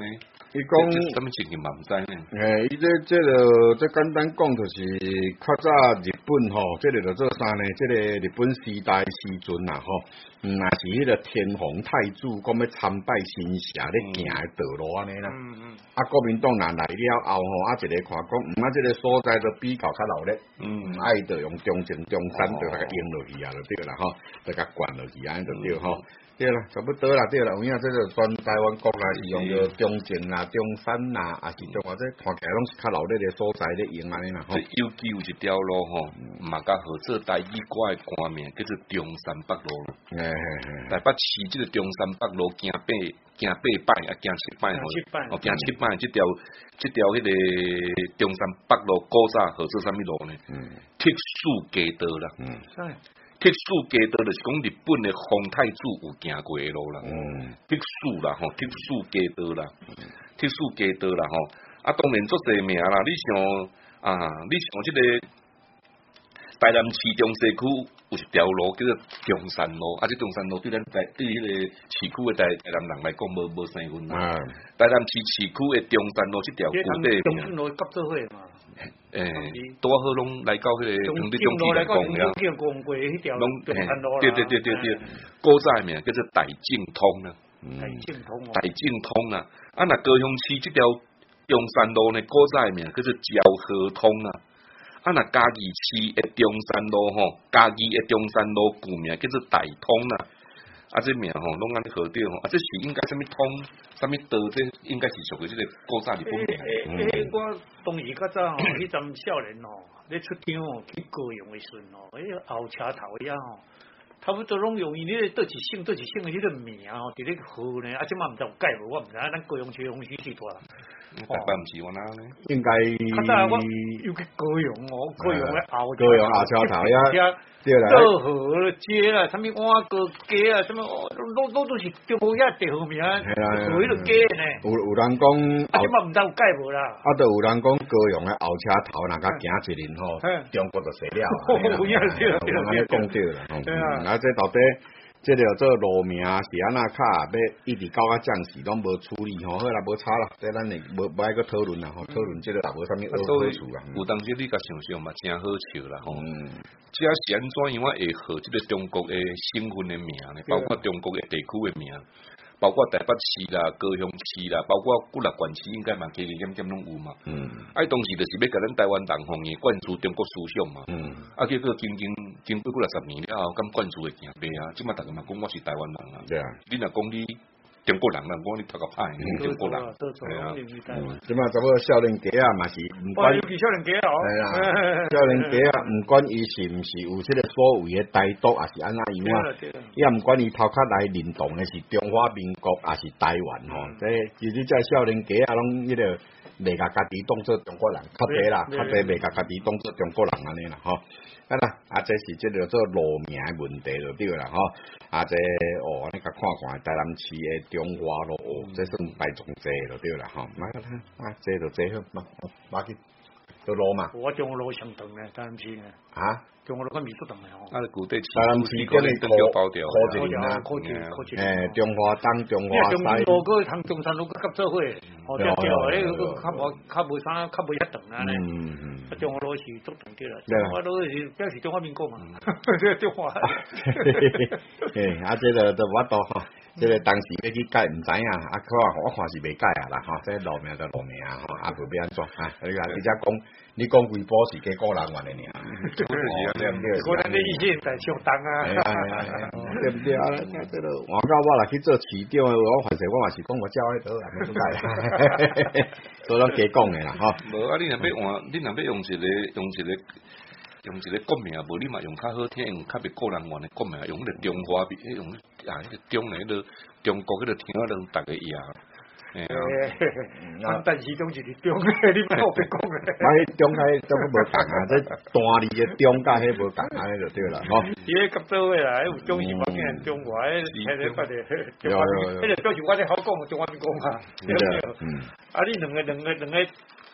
伊讲什么情形嘛唔知呢？ 诶，伊这这个这简单讲就是较早日本吼，这个就做啥呢？这个日本时代时阵呐吼，嗯，若是迄个天皇太子讲要参拜新社咧行诶道路安尼啦。嗯嗯。啊，国民党若来了后吼，啊一个看讲，嗯啊，这个所在就比较较闹热，嗯，啊伊就用中正中山就甲用落去啊，就对啦吼，就甲灌落去安尼就对吼。对啦，差不多啦，对啦，有影这个全台湾国内是用着中正啦、中山啦，也是中华这看起来拢是较闹热的所在咧用安尼啦。 这尤其有一条路吼，嘛甲号做台语歌的歌名叫做中山北路咯。诶嘿嘿。台北市这个中山北路行八行八摆啊，行七摆吼，哦行七摆，这条这条迄个中山北路古早号做啥物路呢？嗯。铁树街道啦。嗯。铁树街道就是讲日本的皇太子有行过的路啦，嗯，铁树啦吼，铁树街道啦，铁树街道啦吼，啊当然足侪名啦，你像啊，你像即个台南市中西区有一条路叫做中山路，啊，这中山路对咱台对迄个市区的台台南人来讲无无生分啦，台南市市区的中山路这条古地中山路合作会嘛。 诶，多好拢来到迄个用啲中基来讲呀，拢对对对对对，古早名叫做大正通啦， 大正通， 大正通啊，啊那高雄市这条中山路呢，古早名叫做昭和通啊，啊那嘉义市的中山路吼，嘉义的中山路旧名叫做大通啊。啊，这名吼拢安尼号对吼，啊，这是应该什么通，什么道，这应该是属于这个古早日本名。 诶诶，我当时较早吼，迄阵少年吼，咧出场吼去高雄的时阵吼，迄后车头遐吼，差不多拢用伊迄个倒一姓倒一姓的迄个名吼，伫咧号呢，啊，即马毋知有改无，我毋知影，咱高雄市红区是多。 大概毋是我哪呢？ 应该。 较早我又去高雄哦，高雄的后高雄后车头遐。 对啦，道河街啦，啥物碗哥街啊，什么拢拢都是中国遐地号名，有迄个街呢。 有有人讲， 啊，即马毋知有改无啦。 啊，都有人讲高雄的后车头，若甲行一年吼，中国就死了。 有影对啦， 对啦，讲对啦。对啊，啊，这到底这个做路名是安那卡，要一直到啊将士拢无处理吼，好啦，无差啦，这咱诶无无爱个讨论啦，吼，讨论这个也无啥物好处啦。 有当时你甲想想嘛，真好笑啦，吼。这是安怎样会号这个中国的省份的名呢？包括中国的地区的名，包括台北市啦、高雄市啦，包括几六县市，应该嘛加加减减拢有嘛。嗯。啊，当时就是要甲咱台湾人吼，硬灌输中国思想嘛。嗯。啊，结果经经经过几六十年了后，敢灌输会行袂啊？即马大家嘛讲我是台湾人啊。对啊。你若讲你中国人，人讲你读个歹，中国人。 系啊。 即马怎么少年家啊，嘛是唔管。 尤其少年家哦。 系啦。少年家啊，唔管伊是毋是有即个所谓的台独，还是安怎样啊？也唔管伊头壳来认同的是中华民国，还是台湾吼。即其实即少年家啊，拢迄个未甲家己当做中国人，较侪啦，较侪未甲家己当做中国人安尼啦，吼。啊啦，啊，这是即个做路名的问题就对啦，吼。啊，这哦，你甲看看台南市的中华路，哦，这算排中济就对啦，吼。买个啊，这就这好，嘛，马去做路嘛。 我中华路上长呢，台南市呢。啊？中华路较美术长的吼。 啊，古代台南市可能都叫包掉， 科技啊，科技，科技。 诶，中华东、中华西。 中山路个通中山路个合作会，哦，对对，迄个较无较无啥，较无遐长啊咧。嗯嗯。啊，中华路是足长啲啦，中华路是表示中华民国嘛，中华。 诶，啊，这个都我多吼，这个当时要去改，唔知影，啊，看我看是未改啊啦，吼，这路名就路名啊，吼，啊，无要安怎啊？你讲直接讲，你讲规波是给个人玩的尔。对不对？ 个人的意见在相当啊， 对不对啊？这个我讲我来去做市长，我反正我嘛是讲我教迄倒啦，唔改，所以咱加讲的啦，吼。 无啊，你若要换，你若要用一个用一个用一个国名，无你嘛用较好听，用较别个人玩的国名，用迄个中华笔，用啊迄个中的迄个中国迄个听啊，让大家赢。诶， 啊，但是拢是伫中诶，你莫好别讲诶。 啊，迄中迄都无共啊，这单字诶中甲迄无共啊，迄就对啦，吼。 伊迄合作诶啦，有中是方面中华诶，迄个发的中华，迄个表示我咧好讲中华民国嘛，对不对？嗯。啊，你两个两个两个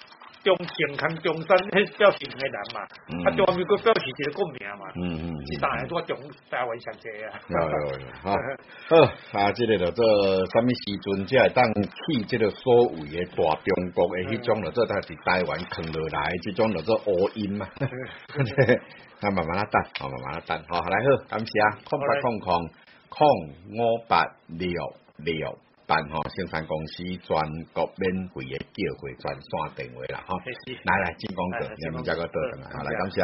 中健康中山迄表示的人嘛，啊中华民国表示一个国名嘛，嗯嗯，是当然做中台湾上济啊。 有有有，好，好啊，即个就做啥物时阵才会当去即个所谓的大中国的迄种，就做它是台湾藏落来，即种就做乌音嘛。啊，慢慢啊等，好慢慢啊等，好来好，感谢啊，空八空空空五八六六。办吼，生产公司全国免费的叫货专线电话啦，吼，来来进广告，下面再个倒上来，好来感谢。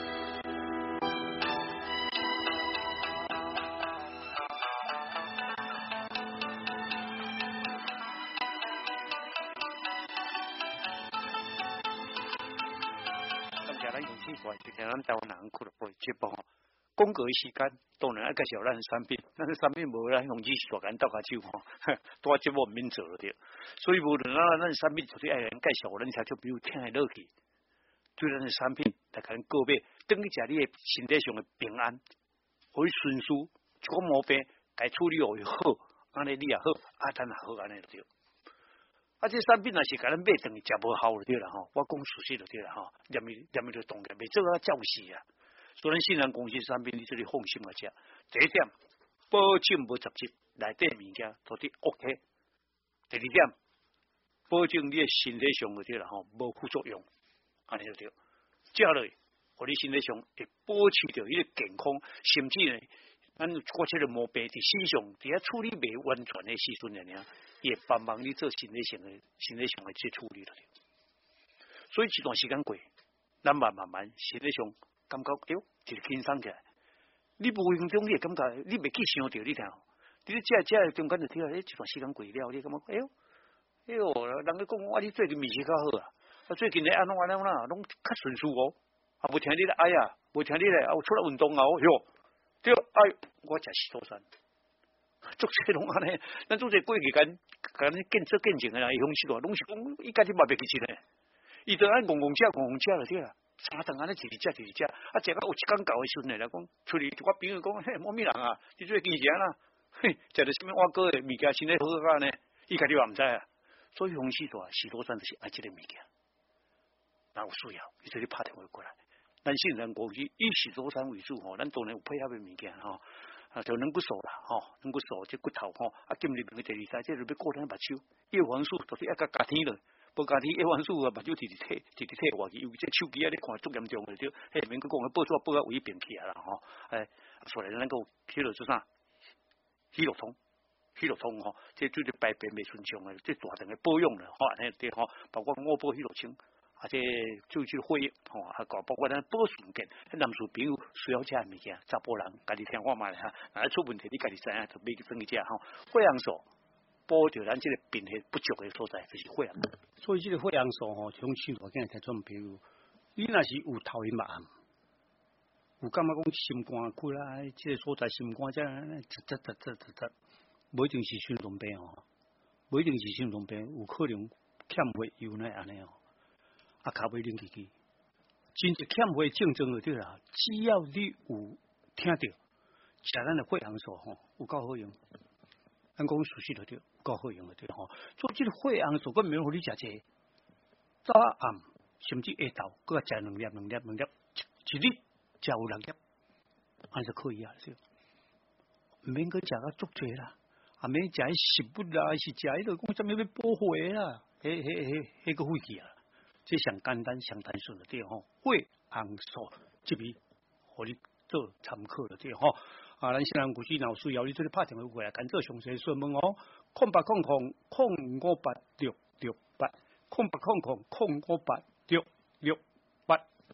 感谢咱勇气过来，今天咱台湾人苦了不会接报。广告的时间当然要介绍咱的产品，咱的产品无咱用只是大间倒下手吼，多节目免做了对。所以无论咱咱的产品就是爱人介绍，咱才就比如听得落去。对咱的产品来甲咱购买，等于食你的身体上的平安，可以顺序，一个毛病该处理好好，安尼你也好，啊咱也好安尼就对。啊，这产品若是甲咱买等于食无效就对啦吼，我讲事实就对啦吼，念咪念咪就当个，袂做啊照死啊。所以咱信任公司产品，你这里放心个食。第一点，保证无杂质，内底物件都伫 OK。第二点，保证你的身体上个对啦吼，无副作用，安尼就对。接落来，互你身体上会保持着伊个健康，甚至呢，咱过去个毛病伫身上，伫遐处理袂完全的时阵呢，也帮忙你做身体上的身体上的去处理了。所以一段时间过，咱慢慢慢身体上。感觉哎呦，就是轻松起来。你无形中你会感觉，你袂去想到你听。你咧食食中间就听，哎，一段时间过了，你感觉哎呦，哎呦，人咧讲我你最近面色较好啊，啊最近咧安怎安怎啦，拢较顺遂哦。啊，无听你咧哎呀，无听你咧啊，有出来运动啊，哦哟，对，哎，我食石头山，足侪拢安尼，咱做者过去间，间见做见证诶啦，伊方式咯，拢是讲伊家己嘛袂记起咧，伊就安戆戆食戆戆食就对啦。三顿安尼直直食直直食，啊食到有一工到的时阵来讲，出去我朋友讲，嘿，某咪人啊，你最近食啦，嘿，食到什么碗糕的物件，身体好个呢？伊家己嘛毋知啊。所以红石头啊，石头山就是爱这个物件，哪有需要，伊就去拍电话过来。咱信任公司以石头山为主吼，咱当然有配合的物件吼，啊，就软骨素啦，吼，软骨素这骨头吼，啊，今日两个第二赛，这就要过咱目睭，叶黄素就是一个加天了。无家己叶黄素啊，目睭直直退，直直退外去，尤其这手机啊，你看足严重个对，嘿，免去讲个报纸报啊有伊变起啊啦吼，哎，所以咱个迄落做啥？喜乐通，喜乐通吼，这就是排便袂顺畅个，这大量个保养了吼，安尼对吼，包括我保喜乐清，啊，这就是血液吼，啊，搞包括咱保顺健，男士朋友需要食物件，查甫人家己听我嘛哈，啊出问题你家己知影，就买去转去食吼，血氧素。保着咱这个贫血不足的所在，就是血氧。 所以这个血氧素吼，从手来讲才准，比如你若是有头晕目暗，有感觉讲心肝苦啦，这个所在心肝这这这这这这这，不一定是心脏病哦，不一定是心脏病，有可能欠血有呢安尼哦，啊卡袂灵去去，真正欠血症状就对啦，只要你有听到吃咱的血氧素吼，有够好用。咱讲熟悉就对，够好用就对吼。做这个血氧素，佮免互你食这早暗，甚至下昼，佮食两粒、两粒、两粒，一日食有六粒，安就可以啊，对。唔免佮食啊足济啦，啊免食食物啦，是食迄个讲啥物要补血啦，迄、迄、迄、迄个废气啊，这上简单、上单纯就对吼。血氧素这边，互你做参考就对吼。啊，咱新人故事若有需要，你做你拍电话过来，跟做详细询问哦。空八空空空五八六六八，空八空空空五八六六八。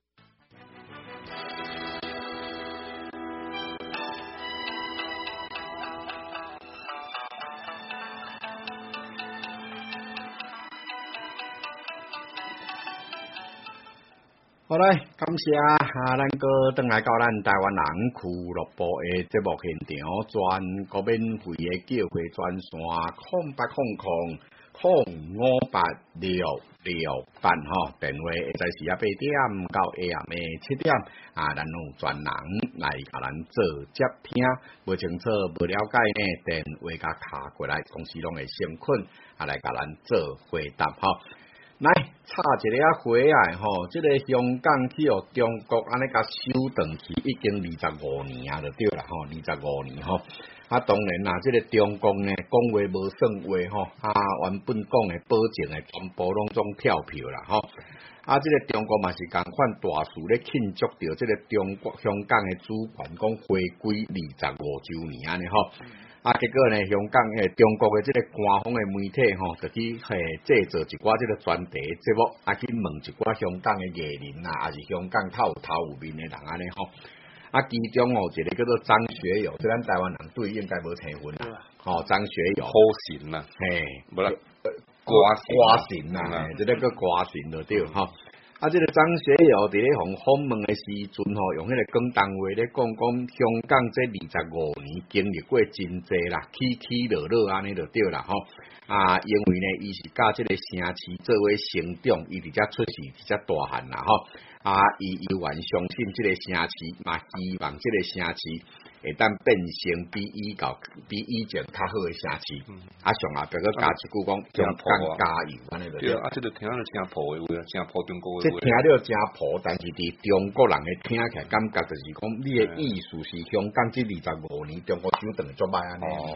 好来，感谢啊！咱个转来到咱台湾人俱乐部的节目现场，全国免费的叫货专线空八空空空五八六六八吼，电话会在是啊八點到下暗的七點啊，咱有專人來甲咱做接聽，無清楚無了解呢，電話甲卡過來，公司攏會先困啊來甲咱做回答吼，來。 插一个啊回来吼，即、這个香港去哦中国安尼甲收长去已經二十五年啊，就對啦吼，二十五年吼。啊，當然啦，即、這個中國呢講話無算話吼，啊原本講嘅保證嘅全部攏總跳票啦吼。啊，即、這個中國嘛是共款大事咧慶祝着即個中國香港嘅主權講回歸二十五週年安尼吼。啊，結果呢，香港誒中國嘅即個官方嘅媒體吼，就去誒製作一寡即個專題節目，啊去問一寡香港嘅藝人啊，還是香港頭頭有面嘅人安尼吼。啊，其中哦一個叫做張學友，即咱台灣人對應該無青分啦，吼張學友， 好神啦， 嘿， 無啦， 歌歌神啦，即個叫歌神就對吼。啊，即、這個張學友佇咧互訪問嘅時陣吼，用迄個廣東話咧講講香港這二十五年經歷過真濟啦，起起落落安尼就對啦吼。啊，因為呢，伊是甲即個城市做伙成長，伊佇遮出世，佇遮大漢啦吼。啊，伊永遠相信即個城市，嘛希望即個城市會當變成比以後比以前較好嘅城市。嗯、啊，上下邊個加一句講，香港加油安尼就對。 啊，即個聽了真破嘅話，真破中國嘅話。 即聽了真破，但是佇中國人嘅聽起來感覺就是講，你嘅意思是香港即二十五年中國手段做歹安尼。哦，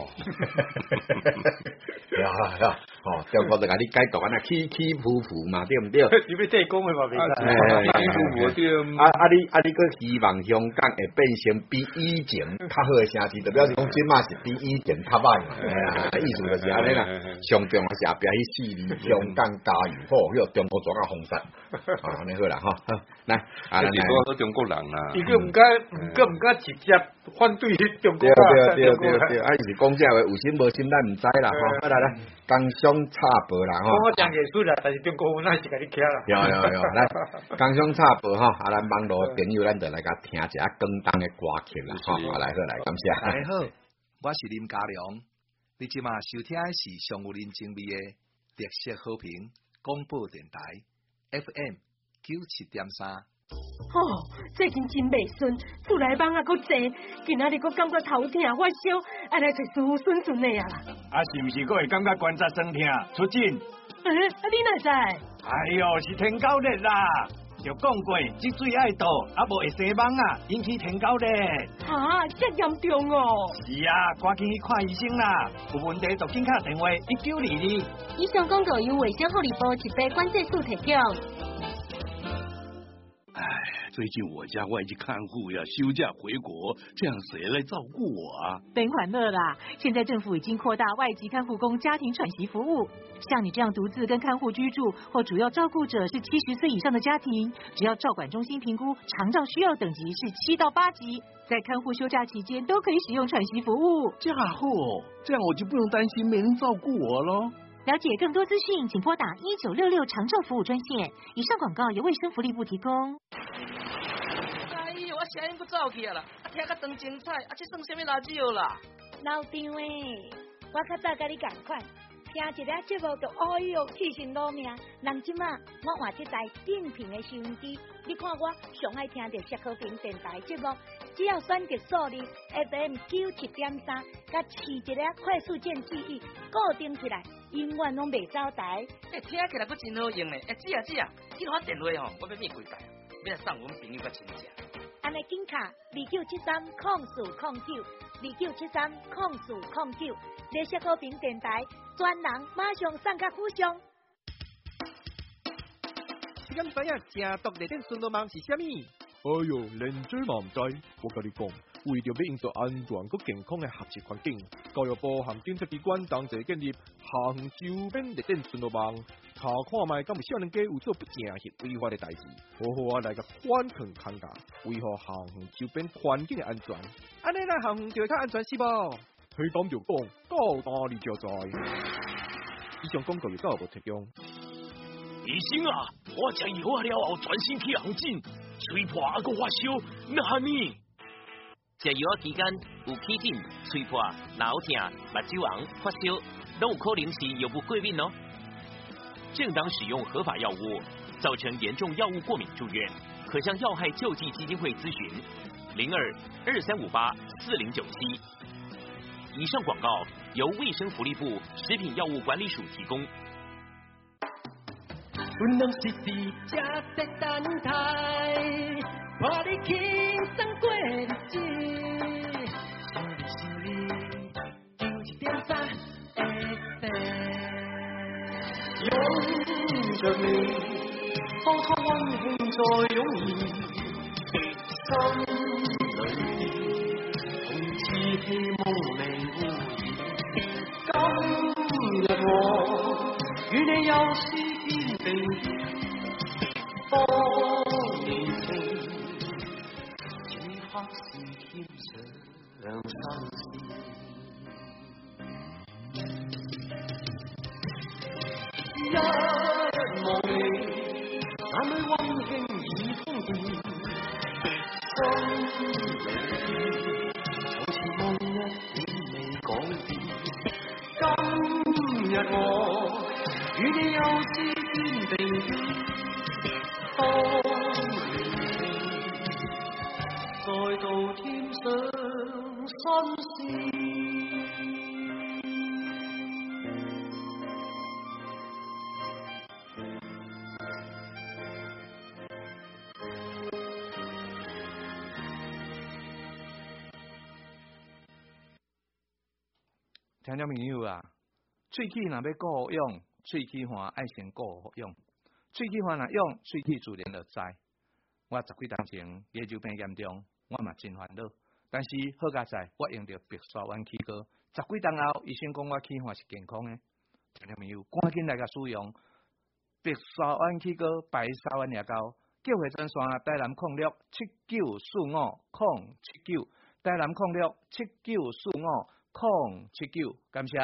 係啊係啊，哦，中國就甲你解讀安尼起起伏伏嘛，對唔對？ 你要這講嘅嘛， 袂使。啊啊！你啊你，佮希望香港會變成比以前較好嘅城市，就表示講即馬是比以前較歹嘛。係啊，意思就是安尼啦。上重要是後壁迄四字香港加油好，迄個中國做甲封殺。啊，安尼好啦，吼，來，啊，你講到中國人啦， 伊個唔敢，唔敢唔敢直接反對中國人。 對對對對，啊，伊是講這話有心無心，咱唔知啦，吼。啊來來，工商插播啦，吼。 我講藝術啦，但是中國我那是甲你徛啦。 有有有，來，工商插播吼，啊，咱網絡朋友，咱就來甲聽一下廣東嘅歌曲啦，吼，來好來，感謝。 大家好，我是林家良，你即馬收聽的是上有人情味嘅綠色和平廣播電台 F M 九七點三。 哦，最近真袂順，厝內網啊，佫濟，今仔日佫感覺頭痛發燒，愛來找師傅順順的啊啦。 啊，是毋是佫會感覺關節酸痛？出診？ 誒、欸，啊你哪知？ 哎喲，是天狗熱啦！就講過，積水愛倒，啊無會生蠓啊，引起天狗熱。 哈，這嚴重哦！ 是啊，趕緊去看醫生啦！有問題就緊打電話一九二二。 以上廣告由衛生福利部一百關節素提供。 唉，最近我家外籍看護要休假回國，這樣誰來照顧我啊？ 別歡樂啦！現在政府已經擴大外籍看護工家庭喘息服務，像你這樣獨自跟看護居住，或主要照顧者是七十歲以上的家庭，只要照管中心評估長照需要等級是七到八級，在看護休假期間都可以使用喘息服務。 家伙，這樣我就不用擔心沒人照顧我咯。 了解更多資訊，請撥打一九六六長照服務專線。以上廣告由衛生福利部提供。 哎呦，我聲音都走去啦！啊，聽個當精彩，啊，這算什麼垃圾哦啦？ 老張誒，我較早甲你共款，聽一個節目就哎呦氣心攞命。人即馬我換一台定頻的收音機，你看我上愛聽着適合平電台節目，只要選擇數字 F M 九七點三，甲試一個快速鍵記憶，固定起來。永遠攏袂走台， 誒，聽起來佫真好用咧！誒，姊啊姊啊，你攞電話吼，我要變幾台，要來送阮朋友甲親戚。 安尼緊卡二九七三空四空九，二九七三空四空九，綠色和平電台專人馬上送甲府上。 你敢知影正毒熱點順路網是啥物？ 哎喲，連這嘛唔知，我甲你講。為着要營造安全佮健康嘅學習環境，教育部和檢察機關同齊建立下園周邊熱點巡邏網，查看賣敢有少年家有做不正行違法嘅代志，好好啊來個反抗抗價，維護下園周邊環境嘅安全。 安尼咱下園就會較安全是無？ 去講就講，到哪裡就在。以上廣告由教育部提供。 醫生啊，我食藥啊了後全身起紅疹，吹破還佫發燒，那哈咪？ 食藥期間有起疹、吹破、腦痛、目睭紅、發燒，都有可能是藥物過敏哦。正當使用合法藥物，造成嚴重藥物過敏住院，可向藥害救濟基金會諮詢零二二三五八四零九七。以上廣告由衛生福利部食品藥物管理署提供。 阮拢是伫遮在等待，看你轻松过日子，想你想你，就一点三会地，拥着你，仿佛温馨在涌现，心里同似希望未污染。今日我與你又是天地，多年情，此刻是添上心事。一望你，眼裏溫馨已豐沛，心裏好似夢一點未改變。今日我與你又是天地，當年再度添上新事。 听众朋友啊，喙齿若要顾好用，喙齿环爱先顾好用。喙齿环若用，喙齿自然就知。我十几年前牙周病严重，我嘛真烦恼。但是好佳在，我用着白沙湾齿膏，十几年后，医生讲我齿环是健康的。听众朋友，赶紧来甲使用白沙湾齿膏、白沙湾牙膏，叫回专线台南控六七九四五控七九，台南控六七九四五。空七九，感谢。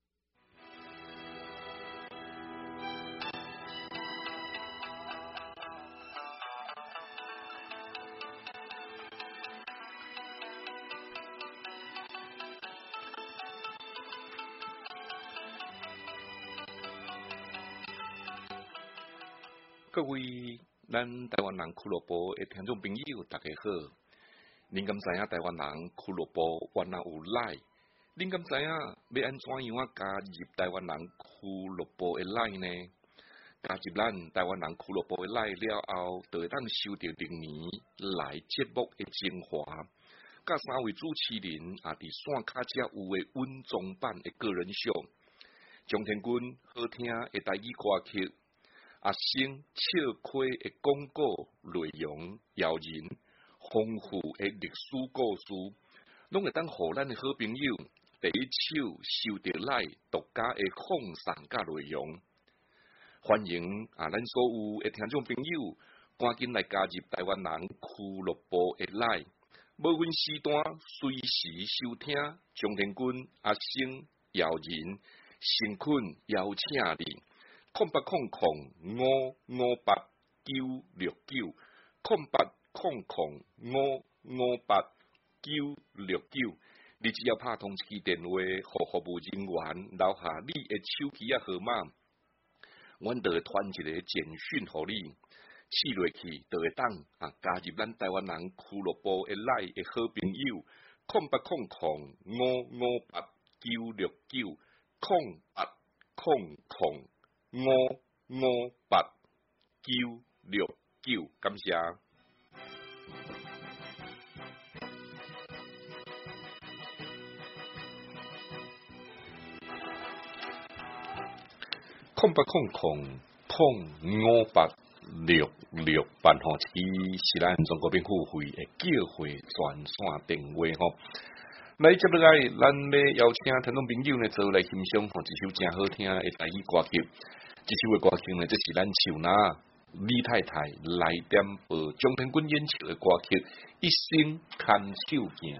各位咱台湾人俱乐部的听众朋友，大家好。恁敢知影台湾人俱乐部原来有赖？恁敢知影要安怎样啊加入台湾人俱乐部的赖呢？加入咱台湾人俱乐部的赖了后，就会当收到历年来节目的精华，甲三位主持人也伫线卡遮有的稳中版的个人秀，张天军好听的台语歌曲，阿星笑亏的广告内容谣言，丰富的历史故事，拢会当互咱的好朋友。第一手收到来独家的放送甲内容，欢迎啊！咱所有的听众朋友，赶紧来加入台湾人俱乐部的来，无阮时段随时收听张天军、阿星、姚人、陈坤邀请你，空八空空五五八九六九，空八空空五五八九六九。你只要拍通一支电话，互服务人员留下你的手机啊号码，阮就会传一个简讯互你，试落去就会当啊加入咱台湾人俱乐部的来的好朋友，空八空空五五八九六九，空八空空五五八九六九，感谢。空八空空空五八六六八号，是是咱中国政府会的叫会专线电话吼。来接落来，咱要邀请听众朋友呢，做来欣赏吼一首真好听的台语歌曲。这首的歌曲呢，这是咱唱那李太太来点播张天军演唱的歌曲《一生牵手行》。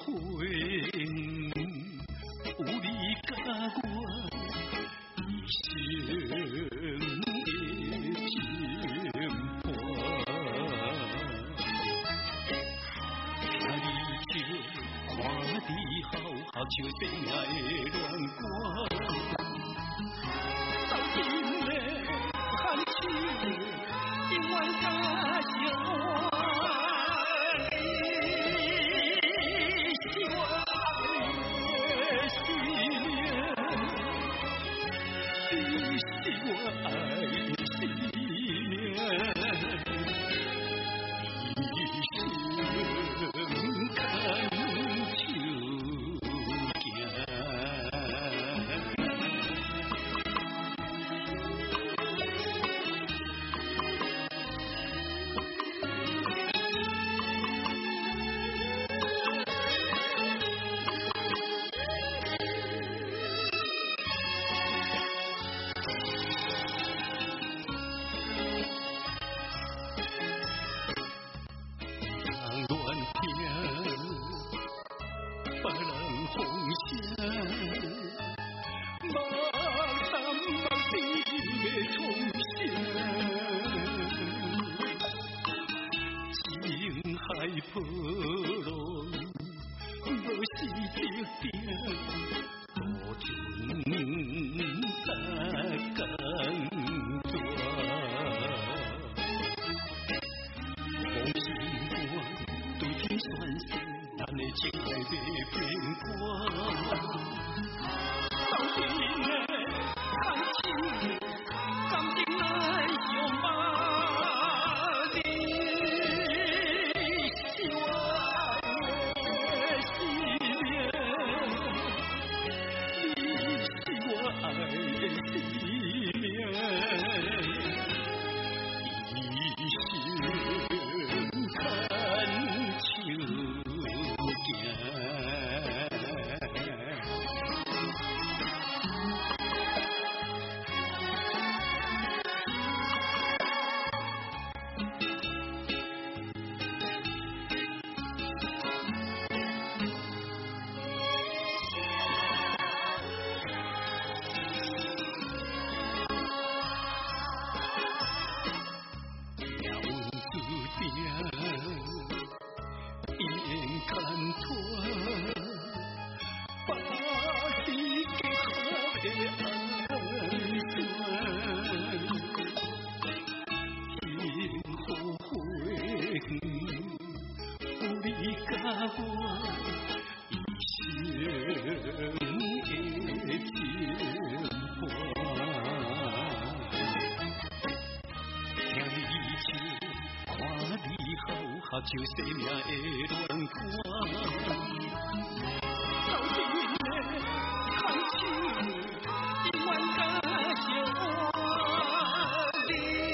悔，有你甲我一生的情伴。听你唱，看你好，好像生命的恋歌。走进的喊起，永远加上我。波浪无时直定，孤船踏江大。往心肝对天宣誓，咱的情爱要变卦。走进的看清，感情来相伴。就生命的恋歌，走进的看清，永远加上你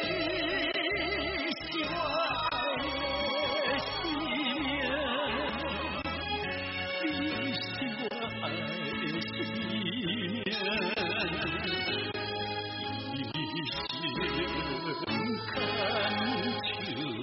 是我爱的生命，你是我爱的生命，一生看秋。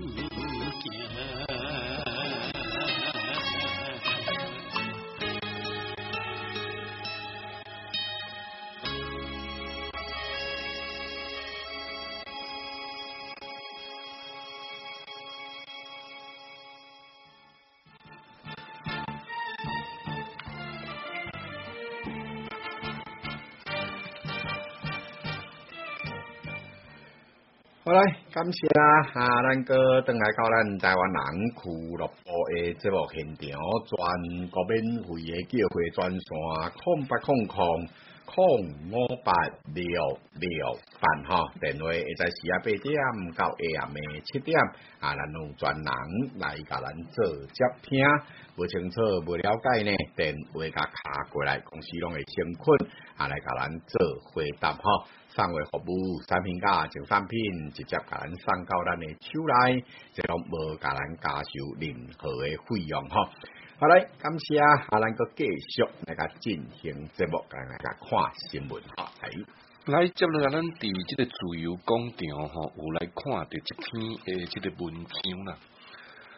好来，感谢啊！咱哥登来到咱台湾人俱乐部的节目现场，全国免费的叫货专线空八空空空五八六六八哈，电话会在时啊八點到下暗的七點，啊，咱有專人來甲咱做接聽，無清楚無了解呢，電話甲卡過來，公司攏會先困，啊來甲咱做回答哈。送貨服務產品甲淨產品直接甲咱送到咱的手內，即攏無甲咱加收任何的費用吼。好來，感謝啊，咱個繼續來甲進行節目，甲來甲看新聞哈。 來接落來，咱佇即個自由廣場吼，有來看到一篇誒，即個文章啦。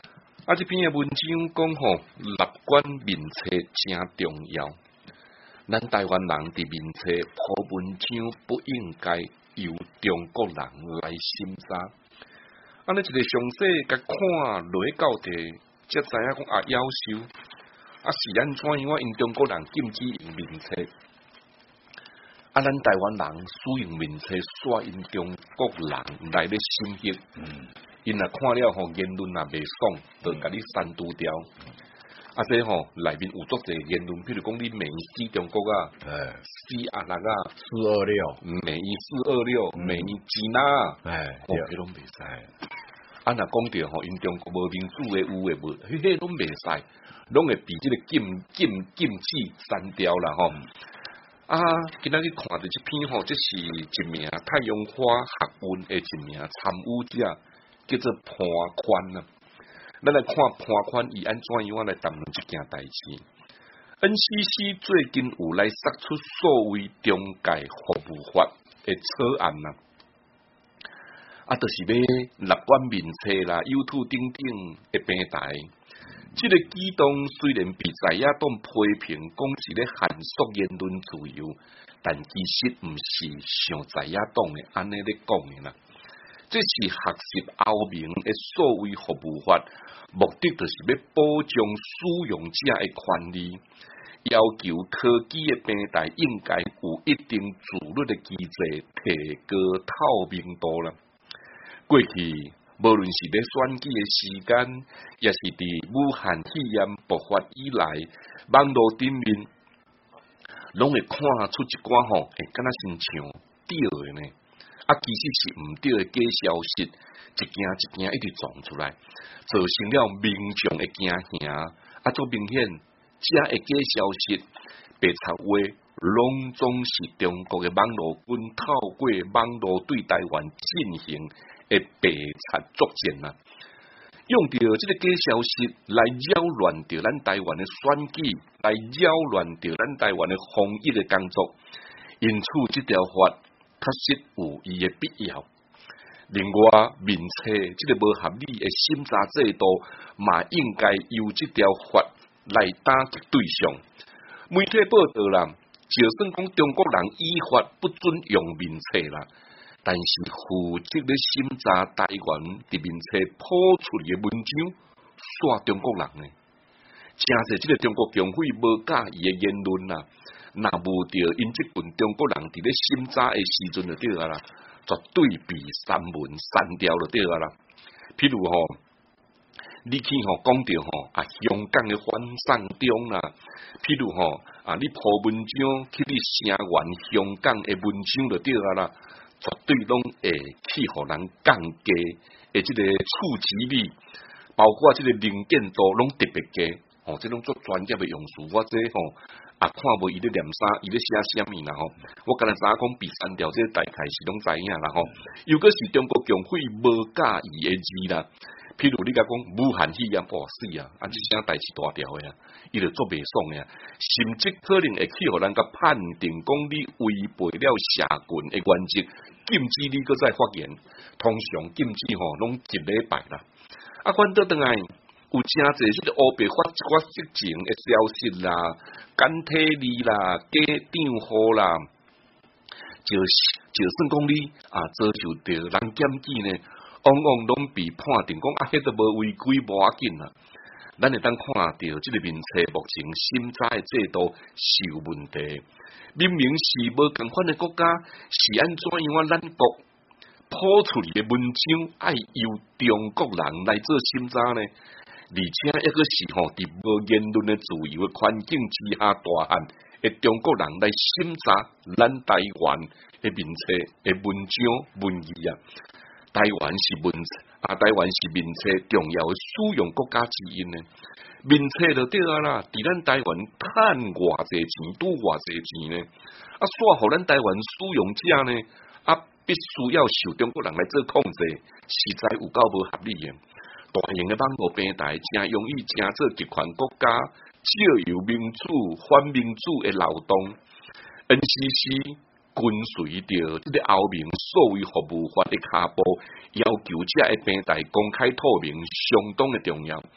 啊，这篇嘅文章讲吼，立管面册真重要。咱台湾人伫面册铺文章不应该由中国人来审查。安尼一个详细甲看落到底，才知影讲啊夭寿，啊是安怎样？因中国人禁止用面册，啊咱台湾人使用面册，煞因中国人来咧审核。嗯。因若看了吼言论也袂爽，就甲你删除掉。啊，这吼内面有足侪言论，譬如讲你美死中国啊，诶，死阿六啊， 四二六， 美伊四二六，美伊支那啊，诶，哦，迄拢袂使。啊，若讲着吼，因中國無民主嘅有嘅無，迄迄拢袂使，拢會被即個禁禁禁止刪掉啦吼。啊，今仔日看到這篇吼，這是一名太陽花學運嘅一名參與者。叫做潘寬啊，咱來看潘寬伊安怎樣來談論這件代志。N C C 最近有來釋出所謂中介服務法嘅草案啊，啊，就是要立管面冊啦、YouTube 等等嘅平台。這個舉動雖然被在野黨批評講是咧限縮言論自由，但其實唔是像在野黨嘅安尼咧講嘅啦。這是學習歐盟嘅所謂服務法，目的就是要保障使用者嘅權利，要求科技嘅平台應該有一定自律嘅機制，提高透明度啦。過去無論是咧選舉嘅時間，也是佇武漢肺炎爆發以來，網絡頂面攏會看出一寡吼，會敢若親像對嘅呢。啊，其實是唔對嘅假消息，一件一件一直撞出來，造成了民眾嘅驚嚇。啊，足明顯，這嘅假消息、白賊話，攏總是中國嘅網絡軍透過網絡對台灣進行嘅白賊作戰啊，用着這個假消息來擾亂着咱台灣嘅選舉，來擾亂着咱台灣嘅防疫嘅工作，因此這條法確實有伊嘅必要。另外，面冊這個無合理嘅審查制度，嘛應該由這條法來打擊對象。媒體報道啦，就算講中國人依法不准用面冊啦，但是負責咧審查台灣佇面冊鋪出嘅文章，煞中國人呢？正是這個中國共會無介意嘅言論啦。若無着因即群中國人佇咧審查嘅時陣就對啊啦，絕對被刪文刪掉就對啊啦。譬如吼，你去吼講着吼啊香港嘅反送中啦，譬如吼啊你鋪文章去你聲援香港嘅文章就對啊啦，絕對攏會去互人降低嘅即個觸及率，包括即個能見度攏特別低。哦，即種足專業嘅用詞，我這吼。啊，看無伊咧念啥，伊咧寫啥物啦吼。我敢若知影講被刪掉，這個大概是攏知影啦吼。又閣是中國共會無介意嘅字啦。譬如你甲講武漢肺炎哇死啊，啊，即聲代志大條嘅啊，伊就做袂爽嘅啊，甚至可能會去互人甲判定講你違背了社群嘅原則，禁止你閣再發言。通常禁止吼攏一禮拜啦。啊，反倒轉來。有真濟即個烏白發一寡色情嘅消息啦、簡體字啦、假賬號啦，就就算講你啊遭受到人檢舉呢，往往攏被判定講啊，迄個無違規無要緊啦。咱會當看到即個面冊目前審查嘅制度是有問題，明明是無共款嘅國家，是安怎樣啊？咱國鋪出嚟嘅文章，愛由中國人來做審查呢？而且一個是吼，佇無言論嘅自由嘅環境之下大漢嘅中國人來審查咱台灣嘅面冊嘅文章文字啊，台灣是文啊，台灣是面冊重要嘅使用國家之一呢。面冊就對啊啦，佇咱台灣賺偌濟錢，賭偌濟錢呢？啊，煞互咱台灣使用者呢？啊，必須要受中國人來做控制，實在有夠無合理嘅。大型嘅網絡平台正容易成做極權國家借由民主反民主嘅漏洞 ，N C C 跟隨着即個歐盟所謂服務法嘅腳步，要求這個平台公開透明相當嘅重要。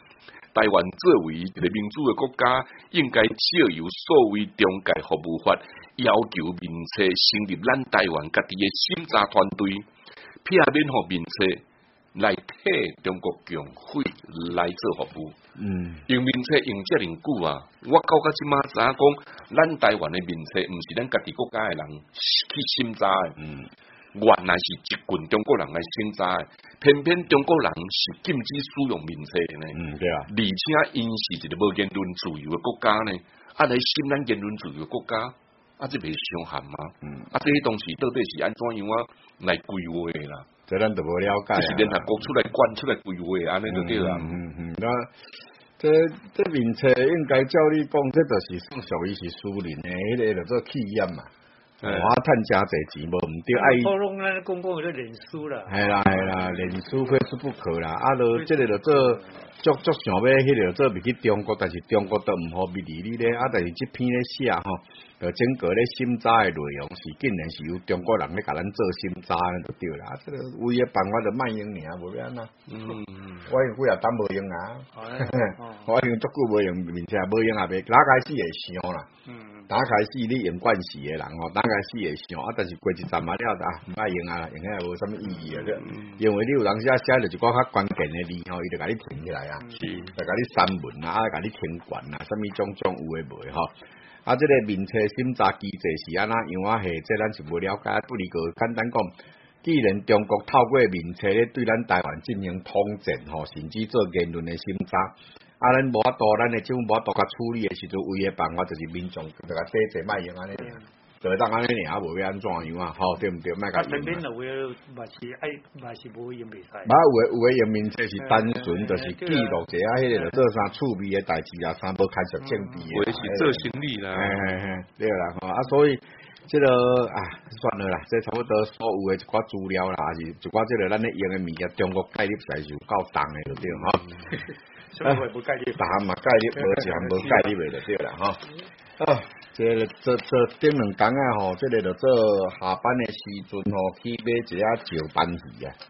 台湾作為一個民主嘅國家，應該照由所謂中介服務法，要求民車成立咱台灣家己嘅審查團隊，避免互民車來替中國共匪來做服務。嗯，因民車用遮爾久啊，我到到即馬知影講，咱台灣嘅民車毋是咱家己國家嘅人去審查嘅。嗯。原來是一群中國人來審查的，偏偏中國人是禁止使用民車的呢。嗯，對啊。而且因是一個無言論自由的國家呢，啊來審咱言論自由的國家，啊這袂傷寒嗎？嗯。啊這些東西到底是安怎樣啊來規劃的啦？這咱都無了解啊。就是聯合國出來管出來規劃，安尼就對啦。嗯嗯嗯。那這這民車應該照你講，這就是屬於是私人的，迄個叫做企業嘛。我趁真濟錢無毋對，愛。普通咱公共有咧臉書啦。係啦係啦，臉書非出不可啦。啊，就即個就做足足想要迄個做袂去中國，但是中國都毋好咪理你咧。啊，但是即篇咧寫吼，就整個咧審查嘅內容是竟然是由中國人咧甲咱做審查就對啦。啊，即個唯一辦法就賣用爾，無要安那。嗯嗯。我用幾啊單無用啊。我用足久無用，面車無用也袂，哪開始會想啦。嗯。打開始你用慣勢嘅人吼，打開始會想啊，但是過一陣嘛了啊，唔愛用啊，用起來無啥物意義啊，嗯、因為你有當時啊寫着一寡較關鍵嘅字吼，伊就甲你停起來啊，是，就甲你刪文啊，甲你停管啊，啥物種種有誒無吼，啊，即、這個民車審查機制是安那樣啊？係，即咱是無了解，不哩個簡單講，既然中國透過民車咧對咱台灣進行統戰吼，甚至做言論嘅審查。啊，咱無法度，咱誒政府無法度甲處理誒時陣，唯一辦法就是民眾就甲制止賣用安尼，就當安尼爾，無要安怎樣啊？吼，對毋對？賣甲用。啊，身邊有誒嘛是愛嘛是無用袂使。嘛有誒有誒用民車是單純，就是記錄者啊，迄個做啥趣味誒代志啊，啥無開實證據誒。是做生理啦。嘿嘿嘿，對啦，吼啊，所以即個啊，算了啦，即差不多所有誒一寡資料啦，還是一寡即個咱咧用誒物件，中國介入實是有夠重誒，就對吼。什麼會無介入？但嘛介入，無是無介入就對啦，吼。啊，即個做做頂兩工啊，吼，即個就做下班誒時陣吼，去買一隻石斑魚啊。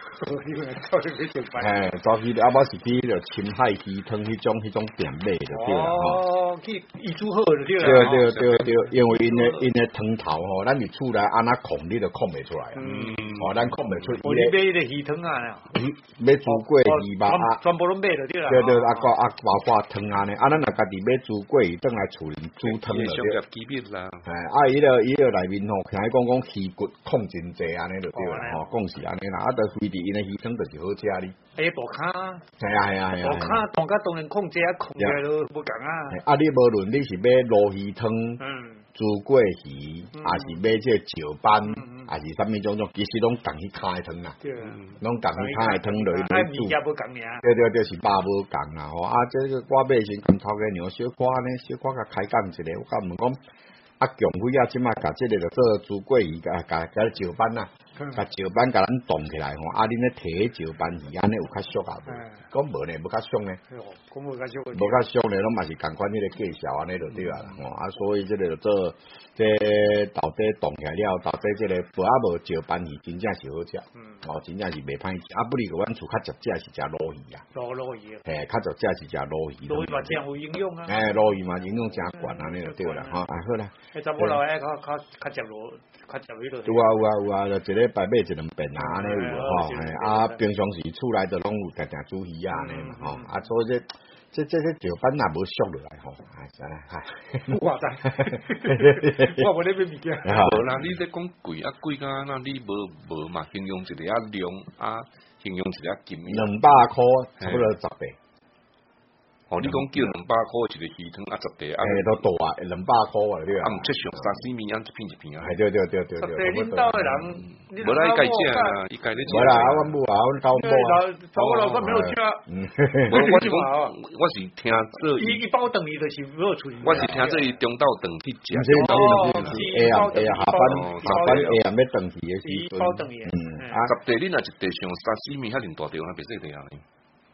哎，早起阿爸是去着深海魚湯迄種迄種店買就對啦，吼。哦，去伊煮好就對啦。對對對對，因為因誒因誒湯頭吼，咱佇厝內安那控你都控袂出來。嗯。哦，咱控袂出。哦，你買迄個魚湯啊？買煮過魚吧啊。全部攏買就對啦。對對，啊個啊包括湯安尼，啊咱若家己買煮過魚，轉來厝裡煮湯就對。商業機密啦。哎，啊伊個伊個內面吼，聽伊講講魚骨控真濟安尼就對啦，吼，講是安尼啦，啊，但非佇因誒魚湯就是好食哩。誒，大卡。係啊係啊係啊。大卡當家當然控制啊，控制都無共啊。啊，你無論你是買鱸魚湯，嗯，煮過魚，還是買即個石斑，還是啥物種種，其實攏共去卡誒湯啦。對。攏共去卡誒湯落去煮。對對對，是肉無共啦吼。啊，即個我買先跟頭家娘小可呢，小可甲開講一個，我甲問講，啊，強輝啊，即馬甲即個就做煮過魚，甲甲甲石斑啊。甲石斑甲咱凍起來吼，啊，恁咧摕迄石斑魚，安尼有較俗啊？講無呢，無較俗呢。講無較俗。無較俗呢，攏嘛是共款迄個介紹安尼就對啊啦，吼啊，所以即個就做即到底凍起來了，到底即個無啊無石斑魚真正是好食，哦，真正是袂歹食，啊，不哩個阮厝較實際是食鱸魚啊。鱸鱸魚。嘿，較實際是食鱸魚。鱸魚嘛真有營養啊。嘿，鱸魚嘛營養真懸安尼就對啦，吼，啊好啦。迄查某人愛較較較食鱸，較食迄落。有啊有啊有啊，就一禮拜買一兩遍啊，安尼有吼，啊，平常時厝內就攏有定定煮魚啊，安尼嘛吼，啊，所以這這這這石斑也無俗落來吼，係真係係。哇塞！我無咧買物件。無啦，你咧講貴啊貴甲那你無無嘛？形容一個啊量啊，形容一個金額。兩百塊，差不多十倍。哦，你講叫兩百塊一個魚湯啊，十地啊，誒都大啊，兩百塊啊，對啊。啊，唔出上三四米，啊，一片一片啊。係對對對對對。十地領導嘅人，無啦，伊計價啊，伊計咧。無啦，阮母啊，阮交母啊。查某老闆沒有吃。嗯。我我是講，我是聽做。伊伊包等伊就是沒有出。我是聽做伊中晝等去食。哦。下暗下下班下班下暗要等去嘅時陣。包等伊。嗯。啊，十地你若一地上三四米，遐尼大地，我別說地啊。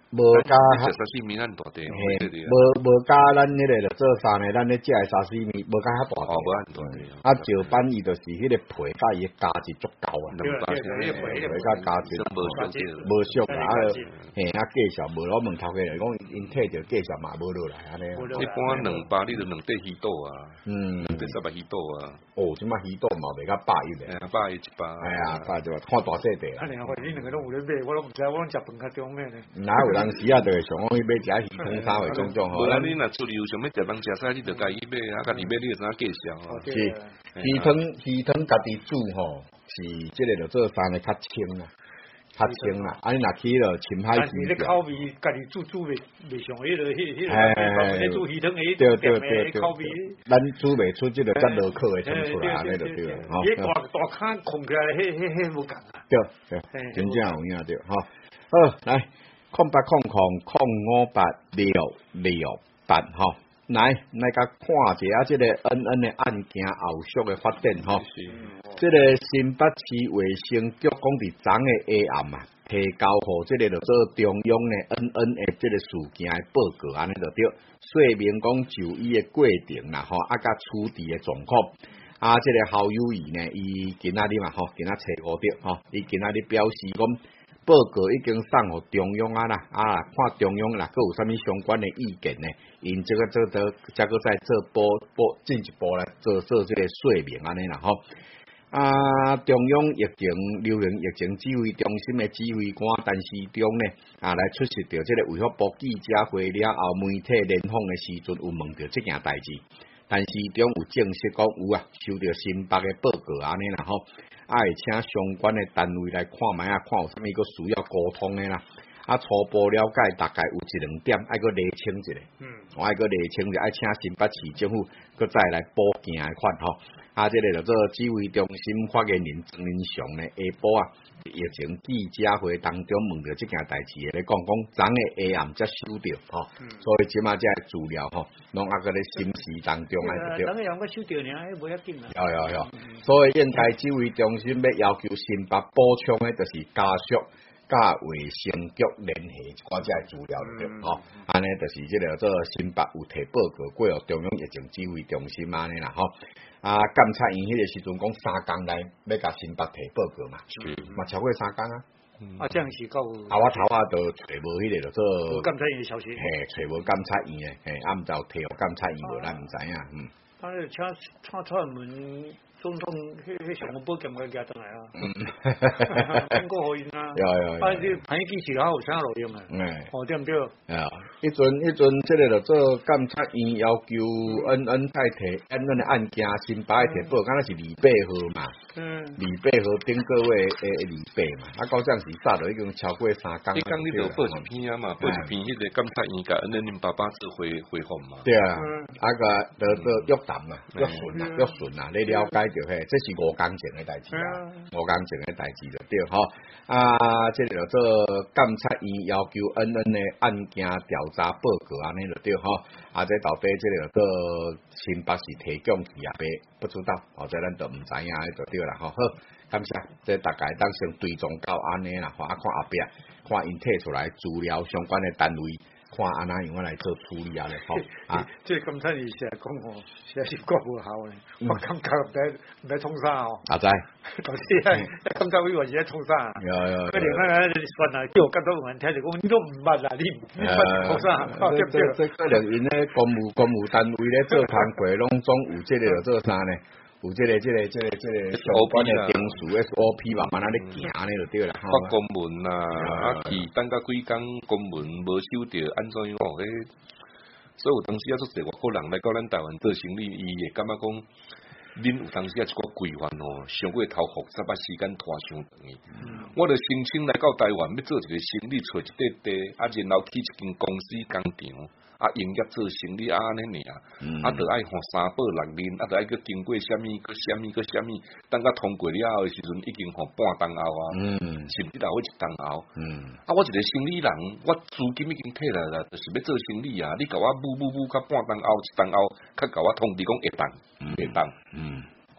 无加食沙西米咱大地， 嘿，无无加咱迄个着做啥呢？咱咧食诶沙西米无加遐大地， 无遐大地。 啊，石斑伊就是迄个皮甲伊诶价值足高啊， 对对对， 皮甲价值无俗无俗啊，嘿，啊介绍无攞问头家来讲，因摕着介绍嘛无落来安尼。 一般两百你就两块鱼肚啊，嗯，两块三百鱼肚啊。 哦，即马鱼肚嘛袂甲百一咧， 百一一百。 哎呀，百一看大细地。 啊，两块你两个拢有咧买，我拢毋知，我拢食饭较中咩咧。 哪有当时啊，就会想讲去买食鱼汤啥货种种吼。 无啦，你若出游想要食饭食啥，你就家己买，啊，家己买你就怎介绍啊？ 是鱼汤鱼汤家己煮吼，是即个着做三个较清啊，较清啦。啊，你若去了深海鱼。 但是口味家己煮煮袂袂像迄个迄迄个， 你煮鱼汤诶， 对对对对，口味。 咱煮袂出即个遮落口诶汤出来，安尼就对了。 伊大大坑空起来，迄迄迄无共啊。 对对，真正有影对，吼。好，来。空八空空空五八六六八吼，来来甲看一下即个恩恩的案件后续的发展吼。即个新北市卫生局讲伫昨个下暗啊，提交互即个着做中央的恩恩的即个事件的报告，安尼就对，说明讲就医的过程啦吼，啊甲处置的状况。啊，即个校友员呢，伊今仔日嘛吼，今仔找五着吼，伊今仔日表示讲。报告已经送互中央啊啦，啊看中央啦，佮有啥物相关的意见呢？因这个做得，再个再做报报进一步来做做这个说明安尼啦吼。啊，中央疫情流行疫情指挥中心的指挥官陈时中呢，啊来出席着这个卫福部记者会了后，媒体联访的时阵有问到这件代志，陈时中有证实讲有啊，收到新北的报告安尼啦吼。啊，会请相关的单位来看卖啊，看有啥物个需要沟通的啦。啊，初步了解大概有一两点，爱个厘清一下。嗯，我爱个厘清一下，爱请新北市政府佮再来补件的款吼。啊，这个叫做指挥中心发言人曾林祥呢，下晡啊，疫情记者会当中问到这件代志咧，讲讲昨个下暗才收到吼，嗯、所以即马这资料吼，拢啊个咧审视当中来对。昨个阳我收到呢，还无要紧啦。 有有有，所以应该指挥中心要要求新北补充的，就是家属甲卫生局联系一寡只资料对吼，安尼就是即个做新北有提报告过哦，中央疫情指挥中心安尼啦吼。啊，监察院迄个时阵讲三工内要甲新北提报告嘛，嘛超过三工啊。 啊，这样是够。 啊，我头啊都找无迄个就做。 监察院消息。 嘿，找无监察院诶，嘿，啊，毋知有提互监察院无，咱毋知影，嗯。 啊，请蔡蔡英文总统迄迄上个保险个寄倒来啊。嗯。通过互因啊。 有有有。 啊，你潘记是还有啥路用啊？嗯。哦，对毋对？ 啊，迄阵迄阵，即个就做监察院要求恩恩代提恩恩的案件，新北提报，敢若是二八号嘛。嗯。二八号顶个月诶二八嘛，啊，到这样时早就已经超过三工。 你讲你著报一篇啊嘛，报一篇迄个监察院甲恩恩恁爸爸做回回访嘛。 对啊。啊个就做约谈嘛，约询啊，约询啊，你了解着嘿，这是五工前的代志啊，五工前的代志就对吼。啊，这个叫做监察院要求恩恩的案件调查报告安尼就对吼。啊，这到底这个叫做新北市提供去也未不知道，哦，这咱就毋知影就对啦吼。好，感谢，这大概当先追踪到安尼啦，看啊看后壁，看因摕出来资料相关的单位。看安那样我来做处理啊咧，吼啊！ 即个监察院是讲吼，实在是国无效诶，我感觉唔知唔知创啥哦。 阿仔， 到时啊，监察委员是在创啥？ 有有。 佢哋看下算啊，叫监察委员听就讲，你都唔捌啦，你你捌创啥？ 对对，这可能因咧公务公务单位咧做工过，拢总有即个做啥呢？有即个、即个、即个、即个相关的定数 S O P 嘛，慢慢咧行咧就对啦。 发公文啊，啊，去等甲几工公文无收到，安怎样哦？迄所以有当时啊，做侪外国人来到咱台湾做生意，伊会感觉讲，恁有当时啊一寡规范哦，上过头复杂，把时间拖伤长去。嗯、我著申请来到台湾，要做一个生意，找一块地，啊，然后去一间公司工厂。啊，营业做生意啊，安尼尔，嗯、啊，著爱互三宝六面，啊，著爱去经过虾米，搁虾米，搁虾米，等甲通过了后的时阵，已经互半冬后啊，嗯、甚至到尾一冬后。嗯、啊，我一个生意人，我资金已经摕来啦，就是要做生意啊。你甲我补补补，甲半冬后一冬后，较甲我通知讲会当，会当。嗯，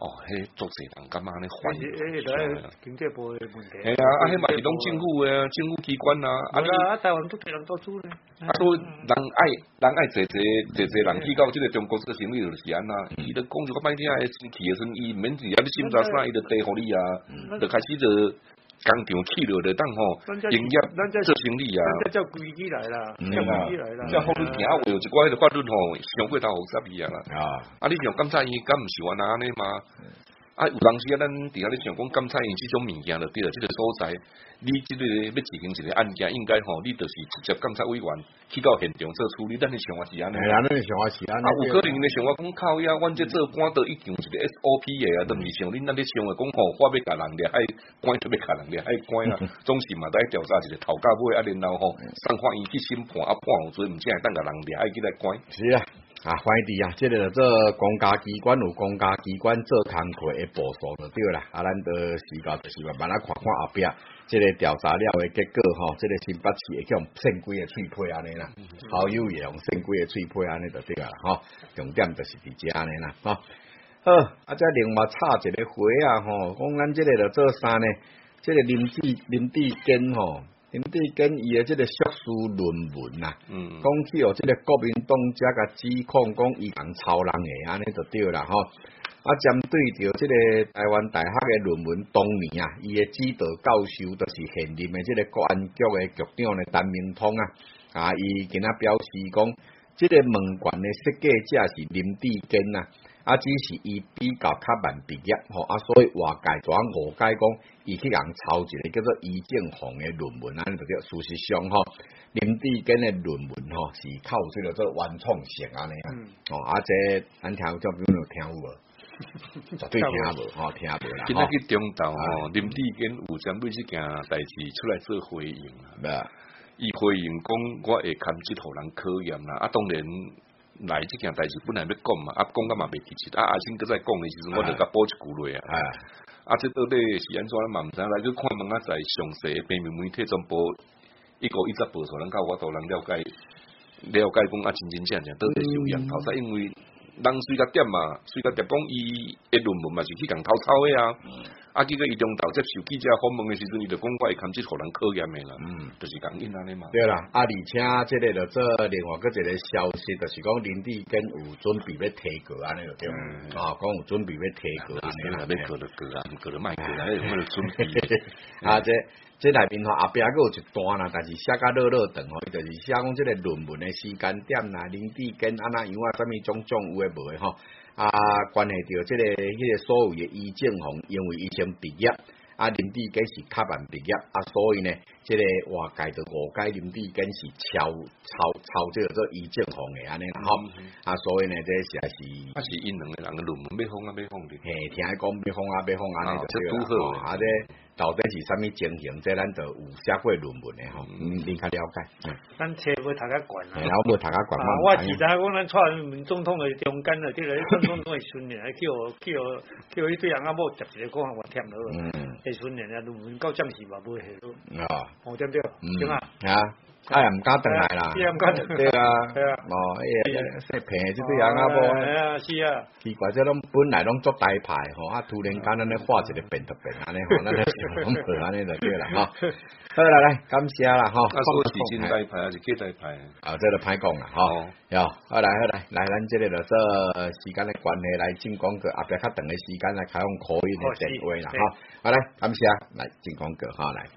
哦，迄足侪人感觉安尼反映出来啦。 经济部的问题。 系啊，啊，迄嘛是拢政府诶，政府机关啊。 啊，啊，台湾都对人做主咧。 啊，都人爱人爱坐坐坐坐人去到即个中国这个生理就是安啊，伊就讲就个歹听诶，生气诶时阵，伊免是啊，你心查啥，伊就地互你啊，就开始就。工厂起落就当吼，营业做生理啊， 这叫规矩来啦，叫规矩来啦。 即法律行话有一寡迄个法律吼，上过头五十年啊啦。啊，啊你像监察院，敢毋是安那安尼嘛？啊有当时啊，咱伫遐咧想讲监察院即种物件就对了，即个所在，你即个要执行一个案件，应该吼，你就是直接监察委员去到现场做处理，咱的想法是安尼。 系啊，咱的想法是安尼。 啊，有可能咧想法讲靠呀，阮这做官都已经有一个 S O P 的啊，都毋是像恁那咧想的讲吼，我要甲人掠，爱关特别甲人掠，爱关啊，总是嘛在调查一个头家尾啊，然后吼送法院去审判啊，判有罪，毋只会当甲人掠，爱去来关。 是啊。啊，反正啊，即、这个做公家机关有公家机关做工课的步数就对啦。啊，咱都时间就是慢慢来看看后壁，即个调查了的结果吼，即、这个新北市会用剩几个喙皮安尼啦，好友会用剩几个喙皮安尼就对啦，吼。重点就是伫遮安尼啦，吼。好，啊，再另外插一个回啊，吼，讲咱即个就做啥呢？即、这个林志林志坚吼。林志坚伊诶即个硕士论文呐，讲起哦，即个国民党遮甲指控讲伊共抄人诶，安尼就对啦吼。啊，针对着即个台湾大学诶论文，当年啊，伊诶指导教授就是现任诶即个国安局诶局长诶陈明通啊，啊，伊今仔表示讲，即个问卷诶设计者是林志坚呐。啊，只是伊比较较慢毕业吼，啊，所以外界就误解讲伊去人抄一个叫做余正宏的论文，安尼就对。事实上吼，林志坚的论文吼是靠这个做原创性安尼啊，哦，啊，这咱听有种朋友听有无？绝对听无吼，听无啦。 今仔去中昼吼，林志坚有针对即件代志出来做回应啊，伊回应讲我会牵即互人考验啦，啊，当然。来即件代志本来要讲嘛，啊讲甲嘛袂记起，啊阿星搁再讲的时阵，我就甲补一句落啊。啊，这到底是安怎嘛？毋知来去看问啊，在详细平面媒体全部一个一则报出，咱到我都能了解了解讲啊，真真正正到底是有样头噻，因为人随甲点嘛，随甲点讲伊的论文嘛是去共偷抄的啊。啊，结果伊中昼接受记者访问的时阵，伊就讲我会牵即互人考验的啦，嗯，就是讲因安尼嘛。 对啦，啊，而且即个就做另外个一个消息，就是讲林志坚有准备要提高安尼就对，啊，讲有准备要提高安尼啦， 要过就过啊，毋过就莫过啦，迄有准备。 啊，这这内面吼后壁佫有一段啦，但是写甲落落长吼，伊就是写讲即个论文的时间点啦，林志坚安那样啊，啥物种种有诶无诶吼。啊，关系到即、这个迄、那个所谓的余正宏，因为伊先毕业，啊林志坚是较慢毕业，啊所以呢，即、这个外界就误解林志坚是抄抄抄这个做余正宏的安尼啦吼，嗯、啊所以呢，这是也是啊是因两个人嘅论文要封啊要封的， 嘿，听讲要封啊要封安尼就对啦，啊这到底是啥物情形？这咱就有写过论文的吼，嗯，你较了解。 咱车要读较悬啊， 然后要读较悬嘛。 我只知讲咱蔡民总统的中间的，即个蔡总统的训练，叫叫叫伊对人阿某接一个讲我忝落，嗯，会训练啊，论文到暂时嘛袂下落，啊，哦对不对？对嘛？ 啊。哎呀，唔敢等来啦， 对啊， 对啊，哦，哎呀，说平即对人啊无， 哎呀，是啊， 奇怪，这拢本来拢做大牌吼，啊，突然间咱咧画一个变特变安尼吼，咱咧想讲无安尼就对啦吼。好来来，感谢啦吼。 啊，说是真大牌还是假大牌？ 啊，这个歹讲啦吼。哟，好来好来，来咱这个就做时间的关系来进广告，后壁较长的时间来开放可以的电话啦吼。好来，感谢来进广告哈来。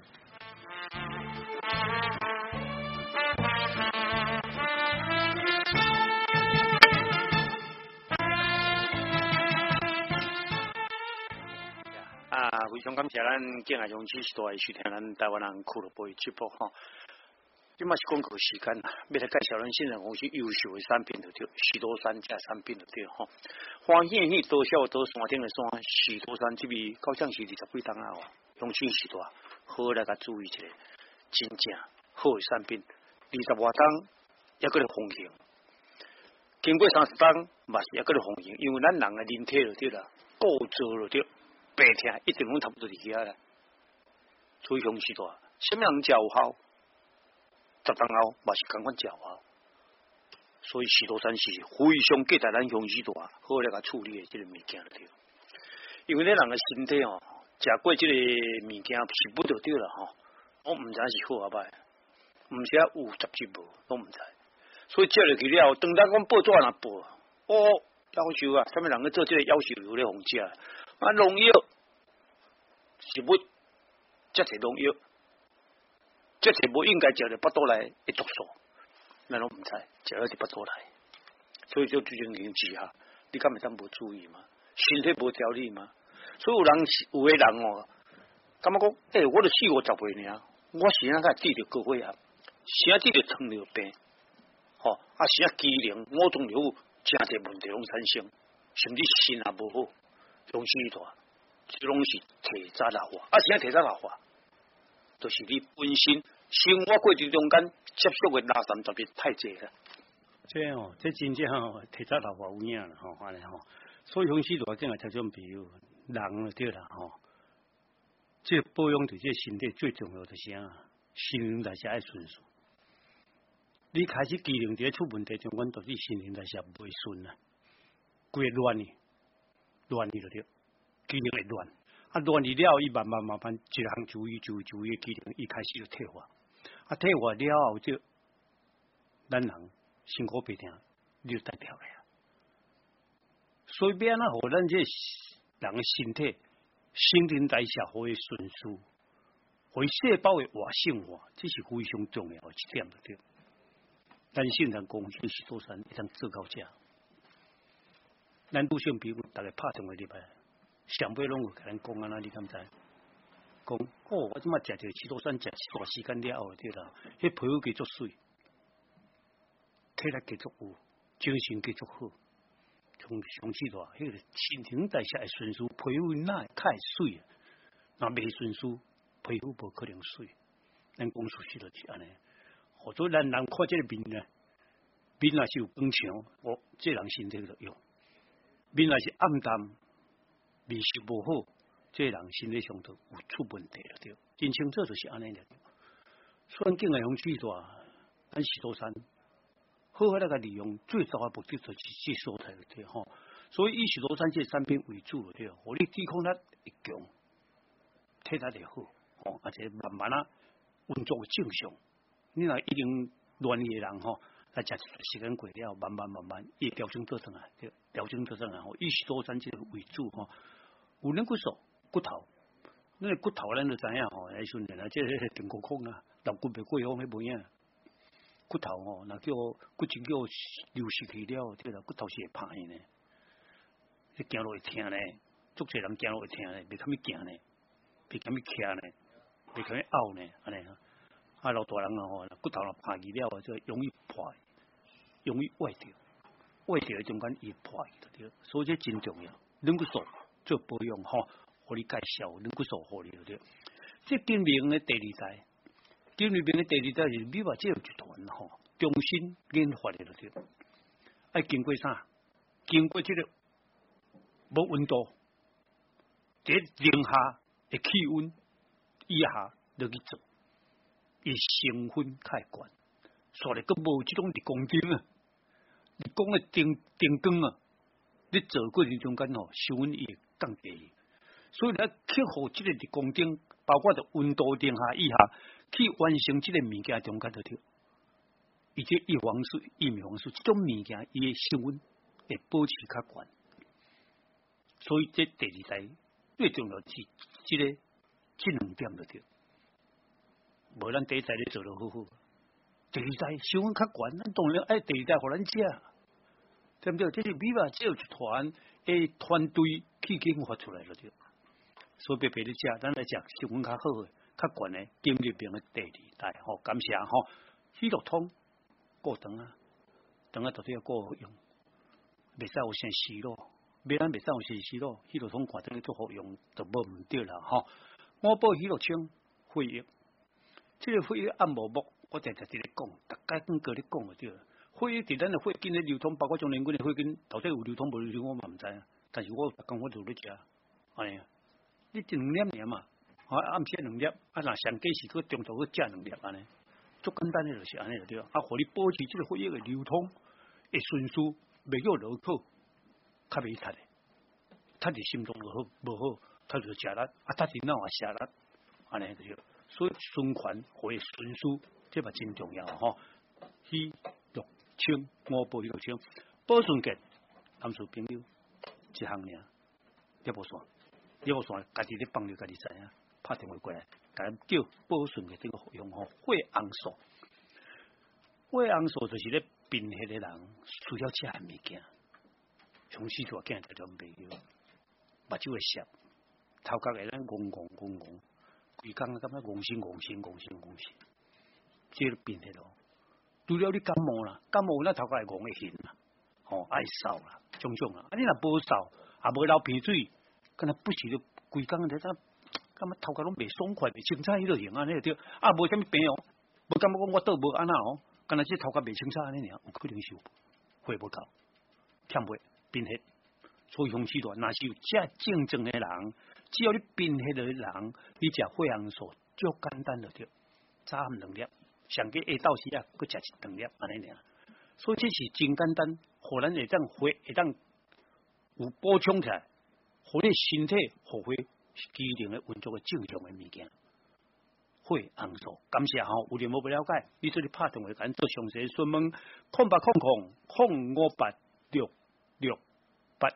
啊，非常感谢咱敬爱勇气时代收听咱台湾人俱乐部的节目吼。即嘛是广告时间啦，要来介绍咱新人公司优秀的产品就对，许多山加产品就对吼。欢喜喜多少多山顶的山，许多山这边到将是二十几档啊哦，勇气时代好来甲注意一下，真正好的产品，二十外档也搁咧风行，经过三十档嘛是也搁咧风行，因为咱人的人体就对啦，构造就对。白天一定拢差不多伫遐啦，所以雄时代，什么人食有效，十当后嘛是共款食有效，所以许多山是非常记在咱雄时代好来甲处理的这个物件了对。 因为咱人的身体哦，食过即个物件是不得对啦吼，我毋知是好啊歹，毋是啊有十之无，都毋知。所以接落去了，当咱讲报纸若报，哦，夭寿啊，啥物人去做即个夭寿油咧，互食啊，农药是要遮侪农药，遮侪无应该食着巴肚内的毒素，咱拢毋知，食了伫巴肚内，所以就最近研之下，你敢会当无注意吗？身体无调理吗？所以有人有诶人哦，感觉讲，诶、欸，我著四五十岁尔，我是啊，甲治着高血压，是啊治着糖尿病，吼、哦，啊是啊机能，我总有真侪问题拢产生，甚至肾也无好，拢许大，这拢是体早老化，啊是啊体早老化，就是你本身生活过程中间接触诶垃圾特别太济啦。 这哦，这真正吼体早老化有影啦，吼，安尼吼。所以，雄起大囝啊，听种比如人对啦吼，这保养对这身体最重要的是啥？新陈代谢爱顺顺。你开始机能伫出问题，中间导致新陈代谢袂顺啊，规乱去，乱去就对，机能会乱。啊，乱去了，伊慢慢慢慢一项注意注意注意机能，伊开始就退化。啊，退化了后就，咱人辛苦白听，你就单调来。所以变啊，互咱这人的身体新陈代谢可以顺序，为细胞的活性化，这是非常重要的一点的对。咱现在讲这是多山一张做到这，咱都想比如大家拍电话入来，上尾拢有甲咱讲安那，你敢知？讲哦，我即马食着七多山食一段时间了后对啦，迄皮肤继续水，体力继续有，精神继续好。从上起大，迄个新陈代谢的顺序，皮肤哪会较水啊？若未顺序，皮肤无可能水。咱讲出去就是安尼。或者咱人看这个面呢，面若是有光强，哦，这人身体就用；面若是暗淡，面色无好，这人身体上头有出问题了对。真清楚就是安尼了。所以境内上起大，咱石头山。好好那个利用最早的目的就是这所在对吼，所以以石头山这产品为主对，互你抵抗力会强，体力会好，吼，而且慢慢啊运作正常。你若已经乱的人吼，来食一段时间过了，慢慢慢慢伊调整倒转来，对，调整倒转来吼，以石头山这个为主吼，有恁骨素、骨头，那个骨头咱就知影吼，来训练啊，这个顶骨控啊，头骨袂过好，迄无影。骨头哦，那叫骨质叫流失去了，对啦，骨头是会歹呢。你行路会疼呢，足侪人行路会疼呢，袂堪咪行呢，袂堪咪徛呢，袂堪咪拗呢，安尼啊。啊，老大人啊吼，骨头若歹去了，就容易破，容易歪掉，歪掉中间伊破去对，所以这真重要。软骨素做保养吼，互你介绍软骨素互你对。这证明的第二代。今里边的第二代是美国这有集团吼，重新研发的了对，爱经过啥？经过这个无温度，这零下的气温以下落去做，伊成分太悬，所以佮无这种日光灯啊，日光的灯灯光啊，你做过程中间吼，成分伊会降低，所以咧克服这个日光灯，包括着温度零下以下。去完成这个物件中间就对，而且叶黄素、叶黄素这种物件，伊的成分会保持较悬，所以这第二代最重要是这个这两点就对。无咱第一代咧做得好好，第二代成分较悬，咱当然爱第二代互咱食，对不对？这是美国只有一团诶团队去研发出来了对，所以别别咧食，咱来食成分较好诶。较悬的经历病的第二代吼，感谢吼，喜乐通过长啊，长啊到底要过用，袂使有先死咯，袂咱袂使有先死咯，喜乐通看等于做好用就无毋对啦吼。我报喜乐清会议，这个会议按无目，我常常伫咧讲，大家跟个咧讲就对了。会议伫咱的会金的流通，包括中年军的会金，到底有流通无流通我嘛毋知啊。但是我讲我做咧食，安尼，你两两年嘛。啊，暗时两粒，啊，若上计是去中途去食两粒安尼，足简单的就是安尼就对啊。啊，互你保持这个血液的流通，会顺序，袂叫落口，较袂塌的， 他伫心中无好无好，他就食力，啊，他伫脑啊食力，安尼就，所以循环会顺输，这嘛真重要吼。喜六清，五补六清，保顺结，男士朋友一项尔，叶无线，叶无线，家己咧放着，家己知影，拍电话过来，甲叫保顺结这个用吼血红素，血红素就是咧贫血的人需要食的物件。从细大囝就种朋友，目睭会涩，头壳会咱戆戆戆戆，规工感觉戆心戆心戆心戆心，这个病迄咯。除了你感冒啦，感冒咱头壳会戆会晕啦，吼爱扫啦，种种啦。啊，你若无扫，也无流鼻水，敢若不时就规工在咱，感觉头壳拢袂爽快，袂清楚迄落型安尼对。啊，无啥物病哦，无感觉讲我倒无安那哦，敢若只头壳袂清楚安尼尔，有可能是血无够，欠血。贫血，所以雄起大，若是有这症状的人，只要你贫血的人，你食血红素足简单就对，早暗两粒，上计下昼时啊，佮食一两粒安尼尔。所以这是真简单，互咱会当血会当有补充起来，互你身体互血机能的运作的正常的物件。血红素，感谢吼，有任何不了解，你做你拍电话甲咱做详细询问，空八空空空五八六。六八。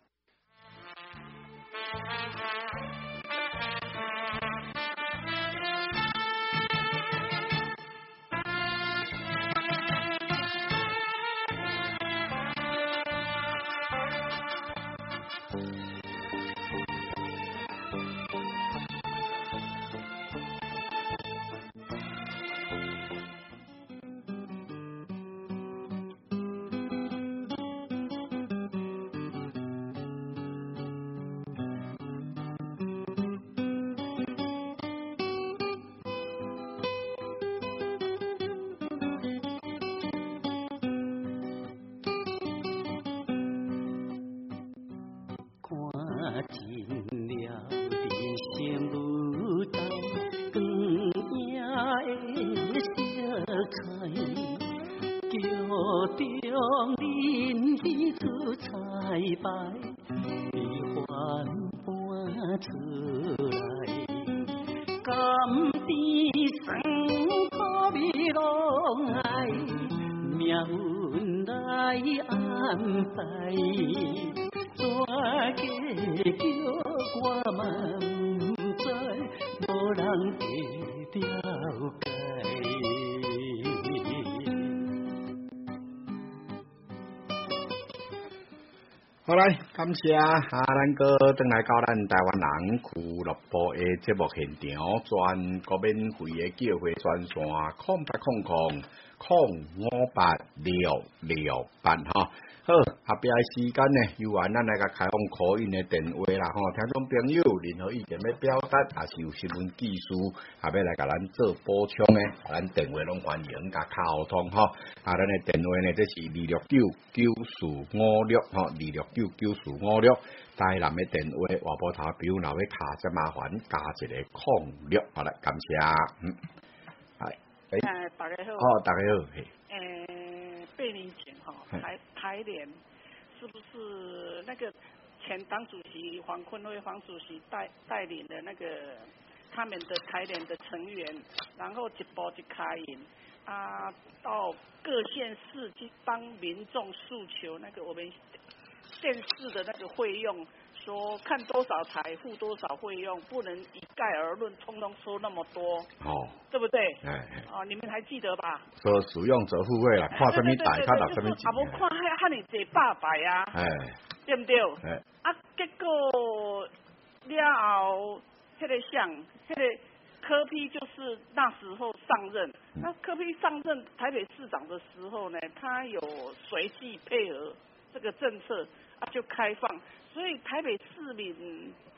好来，感谢啊！咱哥登来到咱台湾人俱乐部的节目现场，全国免费的叫回专线，空八空空空五八六六八哈。好，后边的时间呢，由咱咱来个开放口音的电话啦吼，听众朋友任何意见要表达，也是有新闻技术，也要来甲咱做补充的，咱电话拢欢迎甲沟通吼。啊，咱的电话呢，这是二六九九四五六吼，二六九九四五六。台南的电话，话拨头比如若要卡只麻烦，加一个空六，好来，感谢。嗯，系，诶， 大家好。 哦，大家好，嘿。 诶，八年前哈，台台联是不是那个前党主席黄坤辉黄主席带带领的那个他们的台联的成员，然后一步一开营啊，到各县市去帮民众诉求那个我们县市的那个费用，说看多少台付多少费用，不能一概而论，通通收那么多， 哦， 对不对？ 哎哎， 哦，你们还记得吧？ 说使用者付费啦，看什么台，看到什么钱， 啊，无看遐遐尼济百百啊， 哎， 对不对？ 哎， 啊，结果了后，迄个像，迄个柯 P 就是那时候上任， 嗯、 那柯 P 上任台北市长的时候呢，他有随即配合这个政策啊，就开放，所以台北市民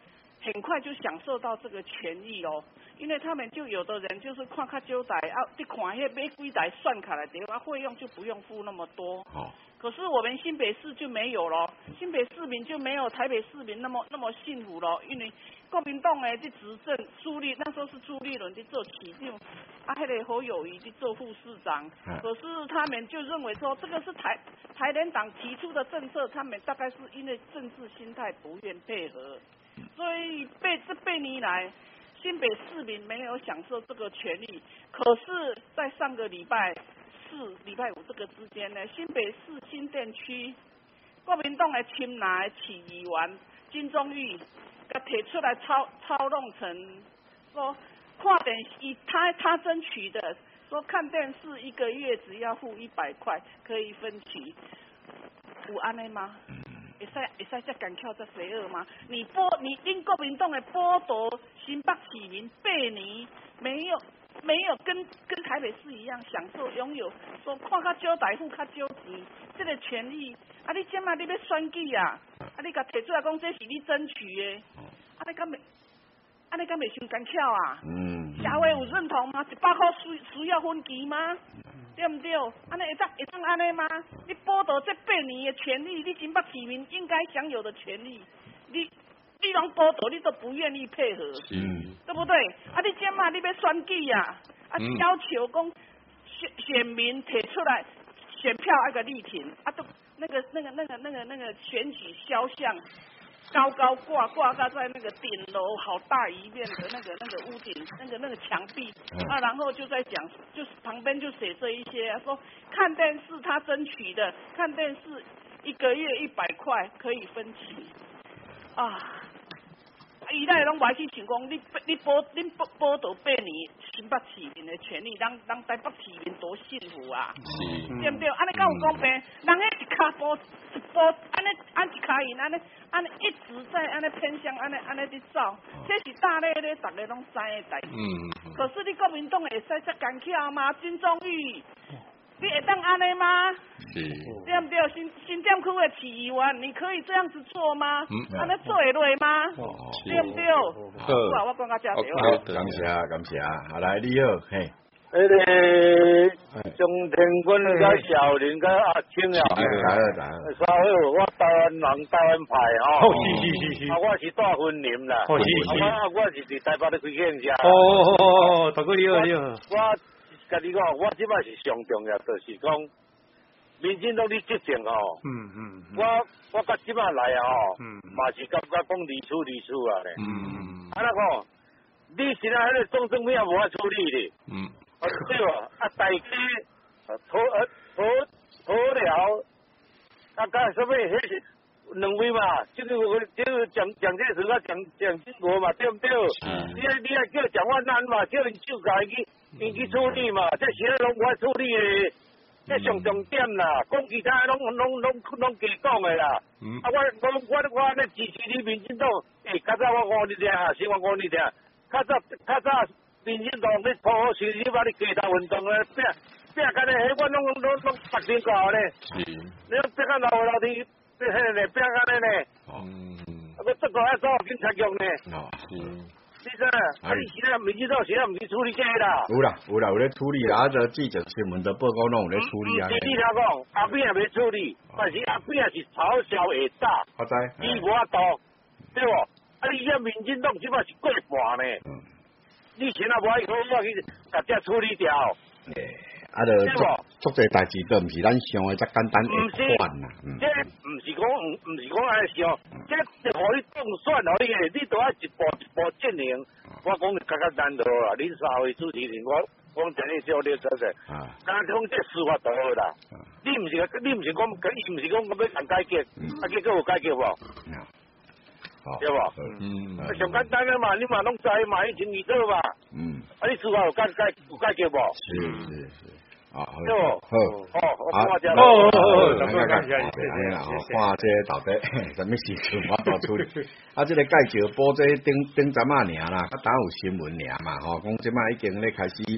很快就享受到这个权益哦，因为他们就有的人就是看较少台啊，你看迄买几台算下来，对啊，费用就不用付那么多。 哦。 可是我们新北市就没有了，新北市民就没有台北市民那么那么幸福了，因为国民党诶在执政，朱立那时候是朱立伦在做市长，啊，迄个侯友宜在做副市长，可是他们就认为说这个是台台联党提出的政策，他们大概是因为政治心态不愿配合，所以被这八年来新北市民没有享受这个权利，可是，在上个礼拜四、礼拜五这个之间呢，新北市新店区国民党的亲拿的市议员金钟玉，他提出来操操弄成说看电视，他他争取的说看电视一个月只要付一百块可以分期，有安尼吗？会使会使这干巧这邪恶吗？你剥你因国民党的剥夺新北市民八年没有没有跟跟台北市一样享受拥有说看较少台付较少钱这个权利，啊你今嘛你要选举啊，啊你甲提出来讲这是你争取的，啊你敢袂啊你敢袂伤干巧啊？嗯，社会有认同吗？一百块需需要分期吗？对不对？安尼会当会当安尼吗？你剥夺这八年的权利，你新北市民应该享有的权利，你你拢剥夺，你都不愿意配合，嗯，对不对？啊，你今嘛你要选举啊，啊、嗯、要求讲选选民提出来选票那个力挺，啊都那个那个那个那个那个选举肖像。高高挂挂挂在那个顶楼，好大一面的那个那个屋顶，那个那个墙壁啊，然后就在讲，就是旁边就写这一些，说看电视他争取的，看电视一个月一百块可以分期啊。伊来拢歪去想讲，你你剥你剥剥夺八年新北市民的权利，让让台北市民多幸福啊！对不对？安尼敢有公平？人迄一卡剥一剥，安尼安一卡因安尼安尼一直在安尼偏向安尼安尼伫走，这是大咧咧，大家拢知的代志。嗯。可是你国民党会使遮干巧吗？金钟玉，你会当安尼吗？是。对不对？新新店区的市议员，你可以这样子做吗？嗯。安尼做会落吗？哦。对不对？好，我讲到这里。 好，感谢感谢，好来你好，嘿。 迄个中天军甲小林甲阿青啊， 来了来了。 稍后我台湾人台湾派吼， 是是是是。 啊，我是大婚林啦， 哦是是。 啊我我是伫台北咧开店家。 哦哦哦哦，大哥你好你好。 我甲你讲，我即摆是上重要，就是讲。民进党你执政吼，嗯嗯，我我到即摆来啊吼，嗯，嘛是感觉讲离处离处啊咧，嗯，啊那讲，你现在迄个总政府无法处理咧，嗯，啊对哦，啊大家讨啊讨讨了，啊甲什么迄是两位嘛，这个我这个蒋蒋介石啊蒋蒋经国嘛，对不对？嗯，你你啊叫蒋万安嘛，叫人就家去伊去处理嘛，这现在拢无法处理咧。这上重点啦，讲其他拢拢拢拢假讲的啦。嗯、啊，我我我我咧支持你民进党，诶、欸，较早我讲你听下，先我讲你听，较早较早民进党咧破好事，你把你街头运动咧拼拼干咧，迄我拢拢拢白天搞咧。是。你拼干老老天，迄个咧拼干咧咧。嗯。啊，我这个还找警察局呢。哦。是。你说，啊！你现在民进党现在唔去处理这个啦？ 有啦，有啦，有咧处理啦。啊，这记者新闻的报告拢有咧处理啊。 你听讲，阿扁也没处理，但是阿扁是嘲笑下大。 我知。 伊无法度，对不？啊，你现在民进党即摆是过半呢。嗯。你现在无爱好我去把这处理掉。 诶，啊，就足足侪代志都唔是咱想的遮简单一款啦。 嗯。这唔是讲唔唔是讲安尼想，这是互你当选，互你个，你都要一步一步进行。我讲是较较难度啦，恁三位主持人，我我真诶少了解者。啊。刚讲这司法度啦，你唔是你唔是讲，伊唔是讲我要谈解决，啊结果有解决无？对无？嗯。啊，上简单个嘛，你嘛拢知嘛，以前遇到嘛。嗯。啊，你司法有解解有解决无？ 是是是。啊，好， 好，好， 好， 好， 好，好，感谢感谢，安尼啦，吼，看这到底什么事情我都处理。啊，这个介绍报这顶顶阵仔尔啦，较打有新闻尔嘛，吼，讲即摆已经咧开始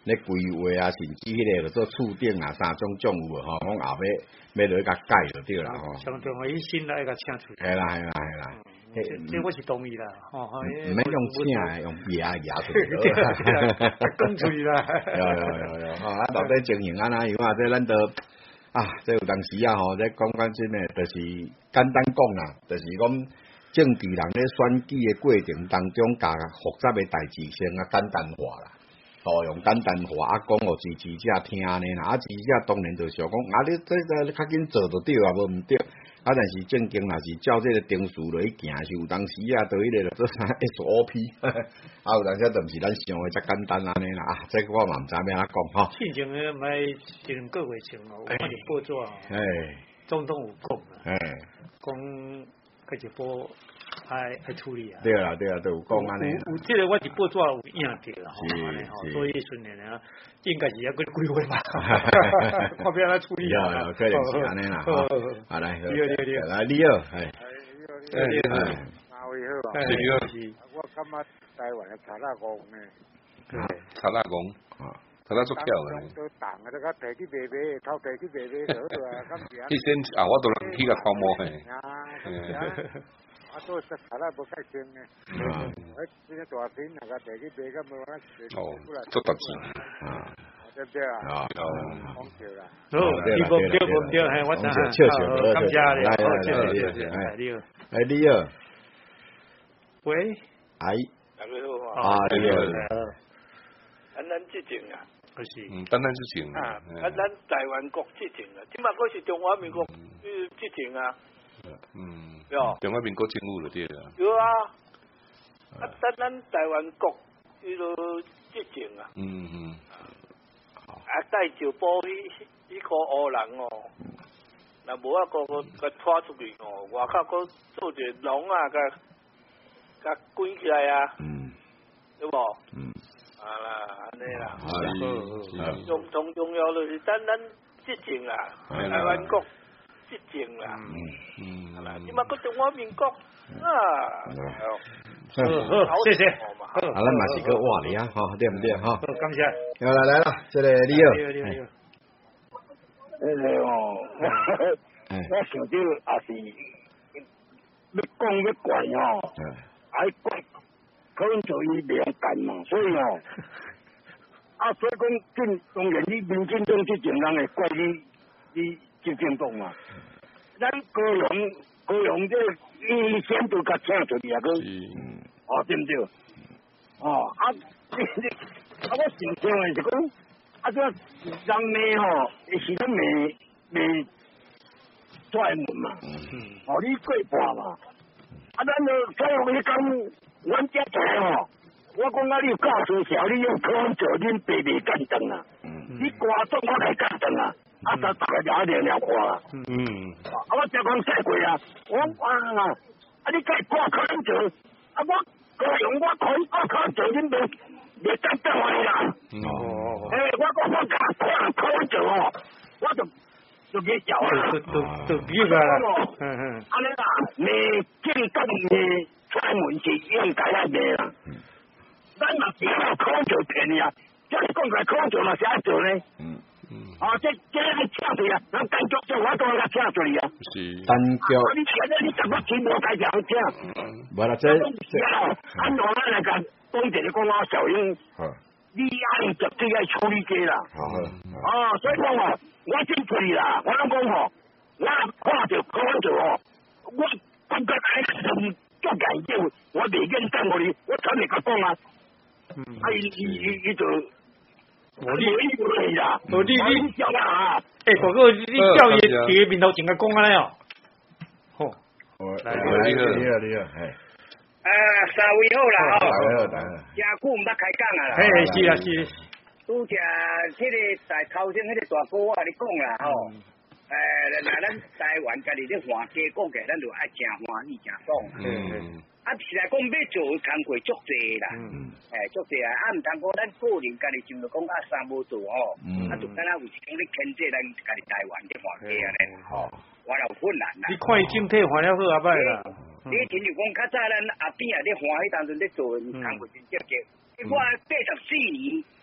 咧规划啊，甚至迄个做厝顶啊，三种种有吼，讲后尾要落去甲改就对啦吼。 上重要伊先来甲请出。 系啦系啦系啦。 这这我是同意啦，吼吼。 唔免用请，用牙牙出去。 讲出去啦。 有有有有，吼啊，到底情形安那样啊？这咱都啊，这有当时啊吼，这讲讲真诶，就是简单讲啦，就是讲政治人咧选举诶过程当中，甲复杂诶代志先啊简单化啦。哦，用简单话啊讲，互支持者听呢啦，啊支持者当然就想讲，啊你这个较紧做就对啊，无毋对。啊，但是正经若是照这个定数落去行，是有当时啊，对迄个做啥 S O P， 啊有当时都毋是咱想诶遮简单安尼啦，啊，这个我嘛毋知要安怎讲吼。 之前诶，毋系一两个月前哦，我看着报纸哦，总统有讲啊，讲搿一波爱爱处理啊。 对啦对啦，都有讲安尼。 有这个我是报纸有影着啦，吼，所以顺年啊。应该是要个规划吧，看边来处理啊。有有，可能是安尼啦。好来， 你好你好你好， 来你好，系。 你好，哪位好啊？ 你好。 我感觉台湾嘅查拉公呢， 查拉公，查拉足巧嘅。 都打啊，都甲提去卖卖，偷提去卖卖咗啊，咁樣。 你先啊，我都能去個偷摸嘅。 啊，都食查拉無介正嘅。嗯。誒，呢大片啊，個提去賣咁樣。 哦，足特錢。 啊。對唔對啊？ 啊。 講笑啦。 好，你唔對唔對，係我等下。好，感謝你，好，謝謝謝謝，你好。 誒，你好。 喂。 係。 大家好啊。啊，你好。 咱咱之前啊。 是。嗯，咱咱之前。 啊，啊，咱台灣國之前啊，即嘛嗰是中華民國之前啊。 嗯。 有。 中華民國政府就對啦。 有啊。啊，咱咱台灣國呢個之前啊。 嗯嗯。 啊，帶就報迄迄個烏人哦，若無啊個個個拖出去哦，外口個做者籠啊，甲甲捲起來啊， 嗯， 對無？ 嗯， 啊啦，安尼啦， 好， 重重重要就是咱咱執政啦，台灣國執政啦， 嗯嗯， 啦，即嘛個中華民國啊， 好，好，謝謝。 啊，咱嘛是個話嚟啊，吼，對唔對？吼， 好，感謝。 來來來啦，這個你好。 你好，你好，你好。迄個哦，我想到也是要講要怪哦，愛怪可能就伊良感嘛，所以哦，啊，所以講進當然你民進黨之前人會怪你你執政黨嘛，咱高雄高雄這醫生都甲請出去啊，佢。哦，對唔對？哦，啊，你你，啊，我想想嘅是講，啊，這人罵吼，是咱罵罵出來門嘛，哦，你過半嘛，啊，咱就採用你講，阮遮濟吼，我講啊，你有教書時候，你用科做恁爸爸幹燈啊，你掛鐘我來幹燈啊，啊，就大家就一定了掛啦，嗯，啊，我就講細過啊，我啊，啊，你該掛科做，啊，我。高雄我可以我可做恁未未得得嚟啦。哦。誒，我講我假可可做哦，我就就幾條啊。就就就幾個啦。嗯嗯。安尼啦，未正當未出門是應該來賣啦。咱若是有可做便宜啊，即係講佢可做嘛是愛做咧。嗯。哦，即即係請佢啊，咱單腳做我都係請佢啊。 是。 單腳。 你請咧，你怎麼錢無該這樣請？ 無啦，這這。按照咱來講，當地嘅講話效應，你愛絕對愛處理嘅啦。哦，所以講哦，我真對啦，我諗講哦，我看到看到哦，我感覺喺上足緊要，我未認真我哋，我真係講講啊，係伊伊伊就。我你你不對啦，我你你叫啊！誒，哥哥，你叫伊佢面頭前嘅講啊咧，好， 來來，你好你好你好，係。 誒，三位好啦，吼， 大家好大家好。 真久唔捌開講啊啦， 係是啊是。 拄只迄個在頭前迄個大哥我甲你講啦，吼，誒，嗱咱台灣家己咧話家講嘅，咱就愛真歡喜真爽。嗯。啊，是來講要做嘅工課足濟啦，誒足濟啊！啊，毋通講咱個人家己就講啊，啥無做吼，啊，就敢若有時講你牽制咱家己台灣嘅環境啊咧，吼，我有困難啦。 你看伊整體換了好阿歹啦。 你親像講較早咱阿邊啊咧歡喜當陣咧做嘅工課真積極，我八十四年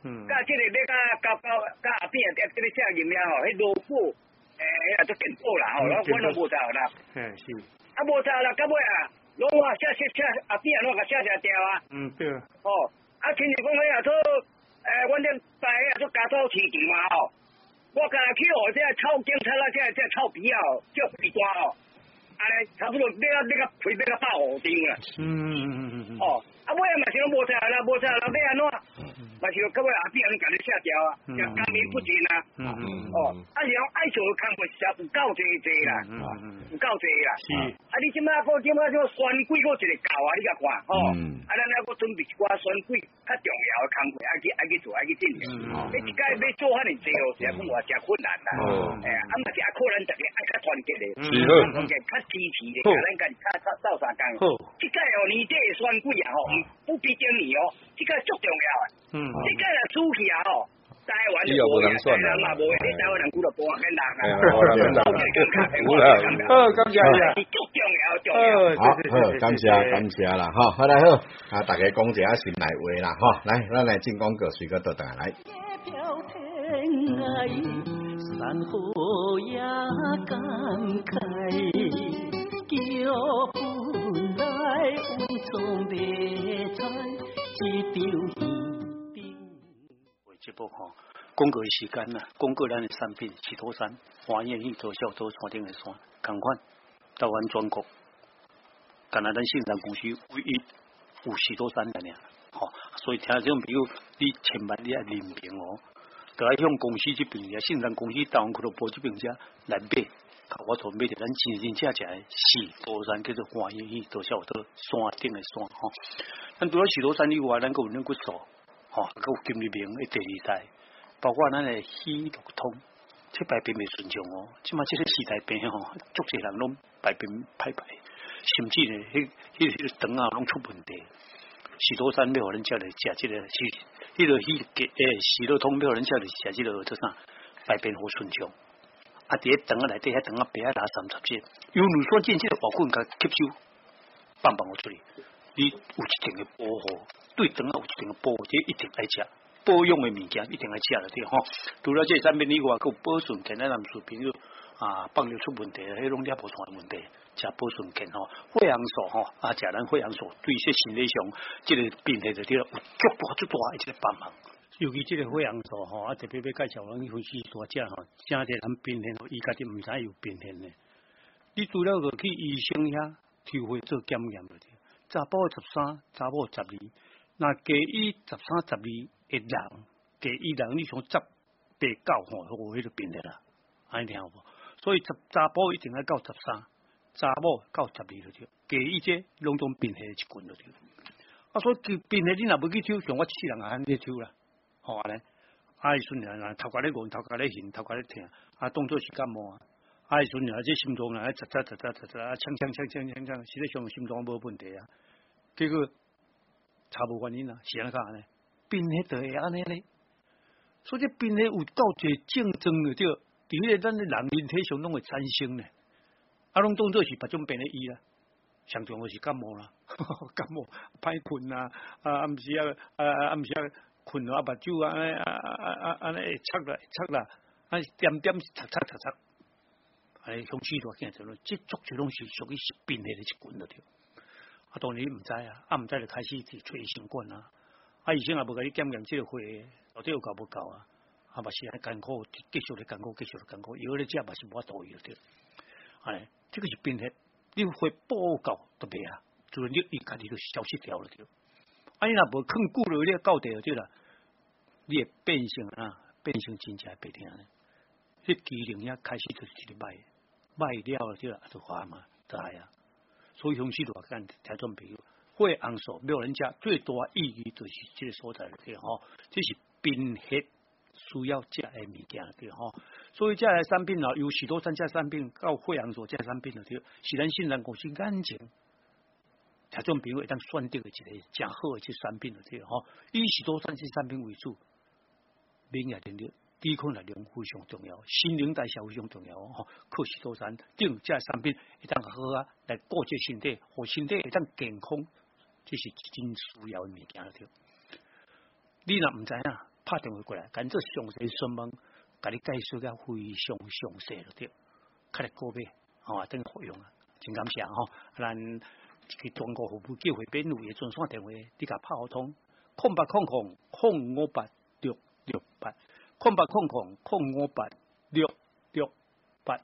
嗯。甲即个要甲甲甲甲后边啊，即个写入名吼，迄萝卜，诶，啊做电报啦吼，我我拢无查啦。 嘿，是。 啊无查啦，到尾啊，拢话写写写后边啊，拢甲写写掉啊。 嗯，对。 哦，啊，亲像讲迄啊，做诶，阮这台啊做加州市场嘛吼，我甲去学这臭警察啦，这这臭皮啊，叫皮瓜吼。安尼差不多要啊要啊赔要啊百五张啦。 嗯嗯嗯嗯嗯。 哦，啊尾啊嘛是拢无查啦，无查啦，要安怎？嘛是到尾后边人甲你写掉啊，就工面不进啊。嗯嗯。哦，啊是讲爱做的工作实在有够济济啦，有够济啦。是。啊你即摆个即摆种选举个一个教啊，你甲看吼。啊咱还个准备一寡选举较重要的工作，爱去爱去做，爱去进行。你一届要做遐尼济哦，实在讲话真困难啦。哎呀，啊嘛是啊，可能大家爱较团结的。是好。较支持的，甲咱家己较较斗相共。好。即届哦年底的选举啊吼，不比今年哦，即届足重要啊。嗯。即届啊主去啊吼，台湾就无呀，台湾嘛无呀，你台湾人俱乐部啊，很难啊。 好啦， 好，感谢你啊。 足重要，重要。 好，好，感谢感谢啦，好，好来好，啊，大家讲一下心内话啦，哈，来，咱来进广告，随个倒转来。 山河也感慨，叫本来有从别在一条鱼。为这部吼，广告的时间呐，广告咱的产品石头山、花叶鱼、做小做山顶的山，同款，台湾全国，干那咱信山公司唯一有石头山的呢，吼，所以听这种朋友，你千万你要认明哦。就爱向公司这边呀，信任公司台湾俱乐部这边遮来买，我做买着咱真真正正的石头山叫做花叶鱼，多少多山顶的山吼。咱除了石头山以外，咱佫有咱骨素，吼，佫有金日明的第二代，包括咱的喜乐通，这排便袂顺畅哦。即马这个时代病吼，足侪人拢排便歹排，甚至呢，迄迄迄个肠啊拢出问题。石头山要互咱食来食这个是。迄个迄个诶，石头通要人叫你写即个做啥？排便好顺畅。啊，伫迄肠啊内底，迄肠啊白啊拉三十节，有乳酸菌即个保菌甲吸收，放放我出去。你有一定的保护，对肠啊有一定的保护，这一定爱食。保养的物件一定爱食了对吼。除了这产品以外，佮有保顺健咱男士朋友啊，放尿出问题，迄拢抓无出来问题。食保顺健吼，血红素吼，啊，食咱血红素对这身体上即个病态就对了，有足大足大的一个帮忙。尤其这个血红素吼，啊特别要介绍咱分析大只吼，真侪人病态吼，伊家己毋知有病态呢。你除了去医生遐抽血做检验了，查甫十三，查某十二，那加以十三十二的人，加以人你想十八九吼，有迄个病态啦，安尼听有无？所以查查甫一定要到十三。查某到十二就对，加以这拢种病态一群就对。啊，所以病态你若要去抽，像我七人也安尼抽啦，吼安尼。啊，伊阵啊，头壳咧晕，头壳咧晕，头壳咧疼，啊，当作是感冒啊。啊，伊阵啊，这心脏啊，扎扎扎扎扎扎，啊，呛呛呛呛呛呛，实际上心脏无问题啊。结果查无原因啊，是安怎安尼？病态就会安尼咧。所以这病态有够侪竞争的对，伫迄个咱的人人体上拢会产生咧。啊，拢当作是别种病的医啦，上重要是感冒啦，感冒歹困啦，啊，暗时啊，啊暗时啊困啊，目睭啊，啊啊啊安尼会擦啦，会擦啦，啊点点擦擦擦擦，哎，向许大见着咯，这足就拢是属于是病的一群了对。啊，当然你毋知啊，啊毋知就开始去找医生管啊，啊医生也无甲你检验这个血到底有够无够啊，啊嘛是还艰苦，继续咧艰苦，继续咧艰苦，药咧食嘛是无法度伊了对。哎，这个是病态，你会报告都袂啊，就是你伊家己就消失掉了对。啊，你若无肯久了，你到地对啦，你会变性啊，变性真正白听咧。迄机能遐开始就是一个歹，歹了了对啦，就花嘛，知啊。所以雄狮大干听众朋友，血红素没有人家最大意义就是这个所在了对吼，这是病血。需要食的物件对吼，所以这个产品哦，有许多三家产品到血红素这产品了对，是咱信任公司眼睛，听众朋友会当选择的一个真好的这产品了对吼，以许多三这产品为主，免疫能力、抵抗力量非常重要，心灵代谢非常重要吼，靠许多产定这产品会当好啊来顾这身体，和身体会当健康，这是真需要的物件了对。你若唔知影。 拍电话过来，跟做详细询问，甲你介绍个非常详细了对，较来告别，哦，等服用啊，真感谢吼，咱去中国服务机会免费的专线电话，你甲拍好通，空八空空空五八六六八，空八空空空五八六六八。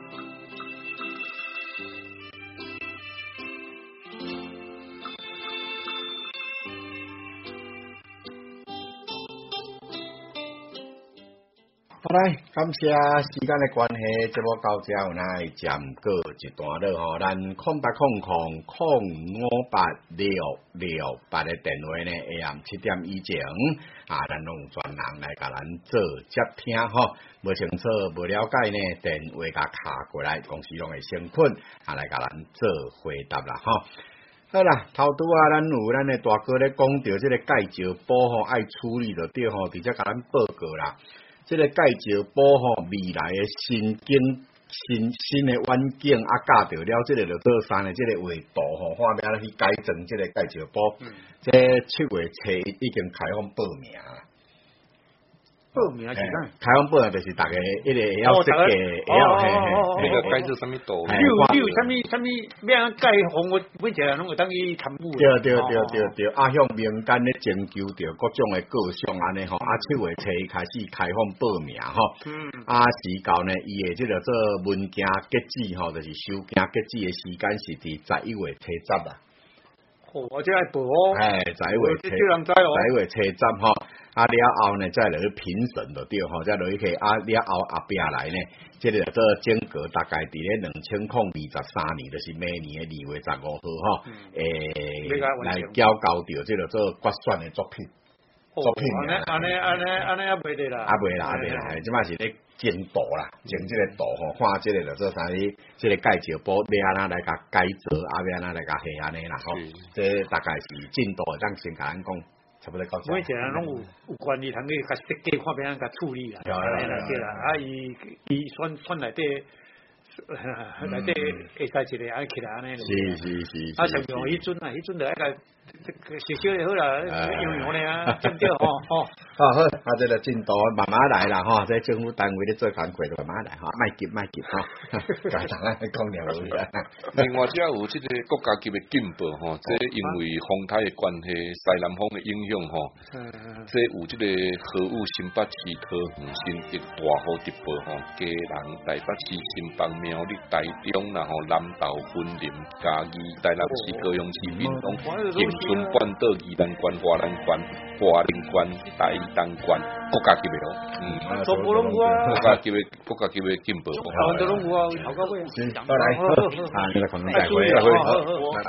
好来，感谢时间的关系，节目到这有那暂告一段落吼。咱空八空空空五八六六八的电话呢，下暗七点以前啊，咱拢有专人来甲咱做接听吼。无清楚、无了解呢，电话甲卡过来，公司拢会先困啊来甲咱做回答啦吼。好啦，头拄啊，咱有咱的大哥咧讲到即个介绍簿吼，爱处理就对吼，直接甲咱报告啦。这个介绍簿吼，未来的新景、新新的环境啊，教到了这个就做三的这个画图吼，看要去改正这个介绍簿。嗯、这七月初一已经开放报名啦。 报名是啥？ 开放报名就是大家一个要设计，要嘿嘿， 那个改做什么图？ 你有你有啥物啥物要改方，我每一个人拢会当去参悟。 对对对对对，啊，向民间咧征求着各种的各项安尼吼，啊，七月初一开始开放报名吼，嗯，啊，时到呢，伊的即个做文件结止吼，就是收件结止的时间是伫十一月初十啦。 哦，我这爱报哦。 哎，十一月初，十一月初十吼。啊了后呢，再落去评审就对吼，再落去啊了后后壁来呢，即、这个做整个大概伫咧两千零二十三年，就是明年的二月十五号吼，诶、嗯欸、来交交着即个做决选的作品， 哦、作品啊，安尼安尼安尼也袂得啦， 啊袂啦啊袂啦，即摆是咧精图啦，精即个图吼，看即个就做啥哩，即个介绍簿你安那来甲改造，啊要安那来甲下安尼啦吼，这大概是进度，当先甲咱讲。差不多到。 每一个人拢有有管理，通去甲设计，看别人甲处理啦，安尼啦对啦。啊，伊伊选选内底，内底会使一个安起来安尼。 是是是。 啊，像像迄阵啊，迄阵就爱甲小小就好啦，用用咧啊，对不对吼？吼。 好好，啊，这个进度慢慢来啦吼，这政府单位咧做工课就慢慢来吼，莫急莫急吼。家常啊，讲了有啦。 另外，只有即个国家级的进步吼，这因为风台的关系，西南风的影响吼，这有即个河雾新北市桃园新竹大雨直播吼，嘉南台北市新北苗栗台中然后南投云林嘉义台南市高雄市屏东恒春半岛宜兰县华南县花莲县台东县国家级的哦，嗯， 全部拢有啊， 国家级的国家级的进步， 台湾都拢有啊，头到尾。 好来，啊，你来可能再会，再会。